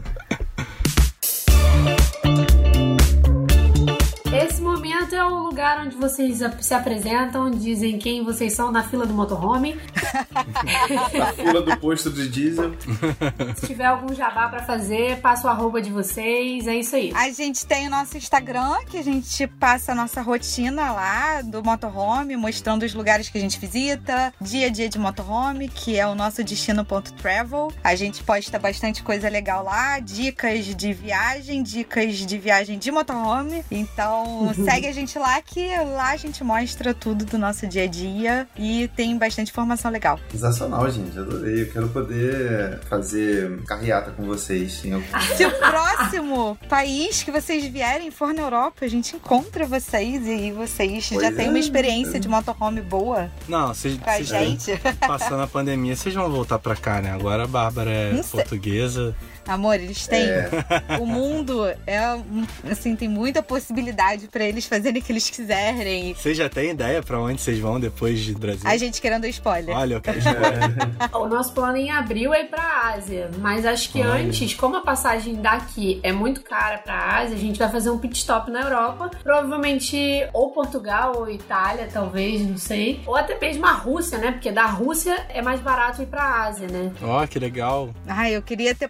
Esse momento é o lugar onde vocês se apresentam, dizem quem vocês são na fila do motorhome. Na fila do posto de diesel. Se tiver algum jabá pra fazer, passa o arroba de vocês, é isso aí. A gente tem o nosso Instagram, que a gente passa a nossa rotina lá do motorhome, mostrando os lugares que a gente visita, dia a dia de motorhome, que é o nosso destino.travel. A gente posta bastante coisa legal lá, dicas de viagem, dicas de viagem de motorhome. Então, segue a gente lá, que lá a gente mostra tudo do nosso dia a dia e tem bastante informação legal. Sensacional, gente. Adorei. Eu quero poder fazer carreata com vocês. Se o próximo país que vocês vierem for na Europa, a gente encontra vocês e vocês pois já é. têm uma experiência é. de motorhome boa. Não, vocês, pra vocês gente. Passando a pandemia, vocês vão voltar pra cá, né? Agora a Bárbara é Não portuguesa. Sei. Amor, eles têm... É. O mundo é, assim, tem muita possibilidade pra eles fazerem o que eles quiserem. Vocês já têm ideia pra onde vocês vão depois de Brasil? A gente querendo spoiler. Olha, eu quero spoiler. O nosso plano em abril é ir pra Ásia, mas acho que Olha. antes, como a passagem daqui é muito cara pra Ásia, a gente vai fazer um pit stop na Europa, provavelmente ou Portugal ou Itália, talvez, não sei, ou até mesmo a Rússia, né? Porque da Rússia é mais barato ir pra Ásia, né? Ó, oh, que legal. Ai, eu queria ter passado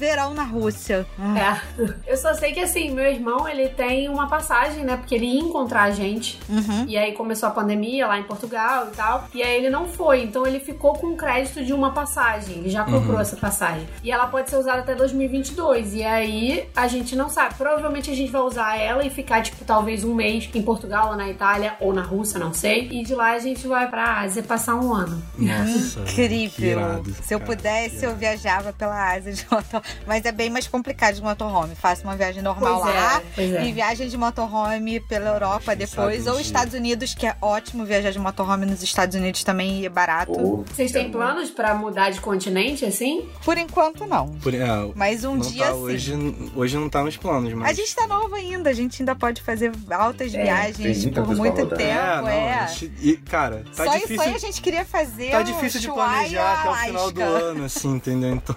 verão na Rússia. É. Eu só sei que, assim, meu irmão, ele tem uma passagem, né? Porque ele ia encontrar a gente. Uhum. E aí começou a pandemia lá em Portugal e tal. E aí ele não foi. Então ele ficou com crédito de uma passagem. Ele já comprou uhum. essa passagem. E ela pode ser usada até dois mil e vinte e dois. E aí a gente não sabe. Provavelmente a gente vai usar ela e ficar, tipo, talvez um mês em Portugal ou na Itália ou na Rússia, não sei. E de lá a gente vai pra Ásia passar um ano. Nossa. Incrível. Irado, Se eu cara, pudesse, eu viajava pela Ásia de motorhome. Mas é bem mais complicado de motorhome. Faço uma viagem normal pois lá. É, pois é. E viagem de motorhome pela Europa depois. Ou Estados Unidos, que é ótimo viajar de motorhome nos Estados Unidos também, é barato. Oh, Vocês têm planos pra mudar de continente, assim? Por enquanto, não. Por, é, mas um dia tá, sim. Hoje, hoje não tá nos planos, mas... A gente tá novo ainda. A gente ainda pode fazer altas é, viagens por muito tempo. É, não, é. Gente, e, cara, tá só difícil... Só a gente queria fazer Tá difícil de planejar até o final do ano, assim, entendeu? Então...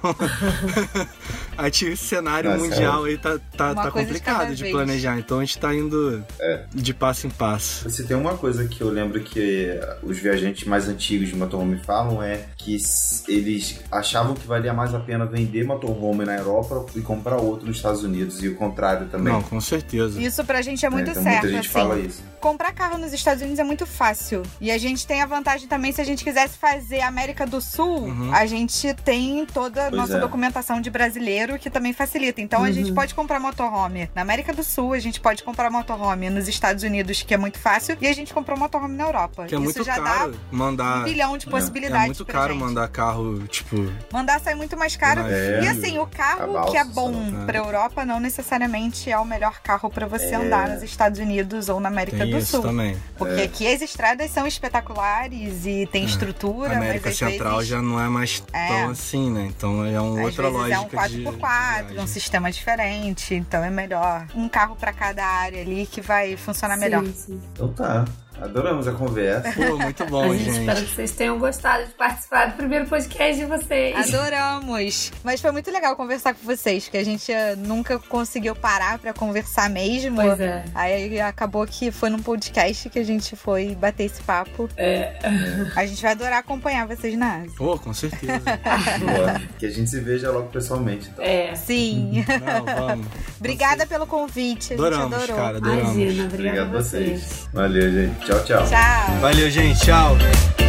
Aí o cenário Nossa, mundial é. aí tá, tá, tá complicado de, de planejar. Então a gente tá indo é. de passo em passo. Se tem uma coisa que eu lembro que os viajantes mais antigos de motorhome falam é que eles achavam que valia mais a pena vender motorhome na Europa e comprar outro nos Estados Unidos, e o contrário também. Não, com certeza. Isso pra gente é muito é, então certo. Muita gente assim. fala isso. Comprar carro nos Estados Unidos é muito fácil. E a gente tem a vantagem também, se a gente quisesse fazer América do Sul, uhum. a gente tem toda a pois nossa é. documentação de brasileiro, que também facilita. Então uhum. a gente pode comprar motorhome na América do Sul, a gente pode comprar motorhome nos Estados Unidos, que é muito fácil, e a gente comprou motorhome na Europa. Que é Isso muito já caro dá mandar... um bilhão de possibilidades. É muito caro gente. mandar carro, tipo... Mandar sai muito mais caro. É. E assim, o carro balsa, que é bom é. pra Europa não necessariamente é o melhor carro pra você é. andar nos Estados Unidos ou na América tem do isso Sul. Também. Porque é. aqui as estradas são espetaculares e tem estrutura, a América mas Central vezes... já não é mais é. tão assim, né? Então é uma às outra vezes lógica é um quatro por quatro, um sistema diferente, então é melhor um carro pra cada área ali que vai funcionar sim, melhor. Sim. Então tá. Adoramos a conversa. Pô, muito bom, a gente. gente. Espero que vocês tenham gostado de participar do primeiro podcast de vocês. Adoramos! Mas foi muito legal conversar com vocês, porque a gente nunca conseguiu parar pra conversar mesmo. Pois é. Aí acabou que foi num podcast que a gente foi bater esse papo. É. A gente vai adorar acompanhar vocês na Ásia. Pô, com certeza. Boa. Que a gente se veja logo pessoalmente. Então. É. Sim. Não, vamos. Obrigada pelo convite. A adoramos, gente adorou. cara. Adoramos. Imagina, obrigada Obrigado a vocês. vocês. Valeu, gente. Tchau, tchau. Tchau. Valeu, gente. Tchau.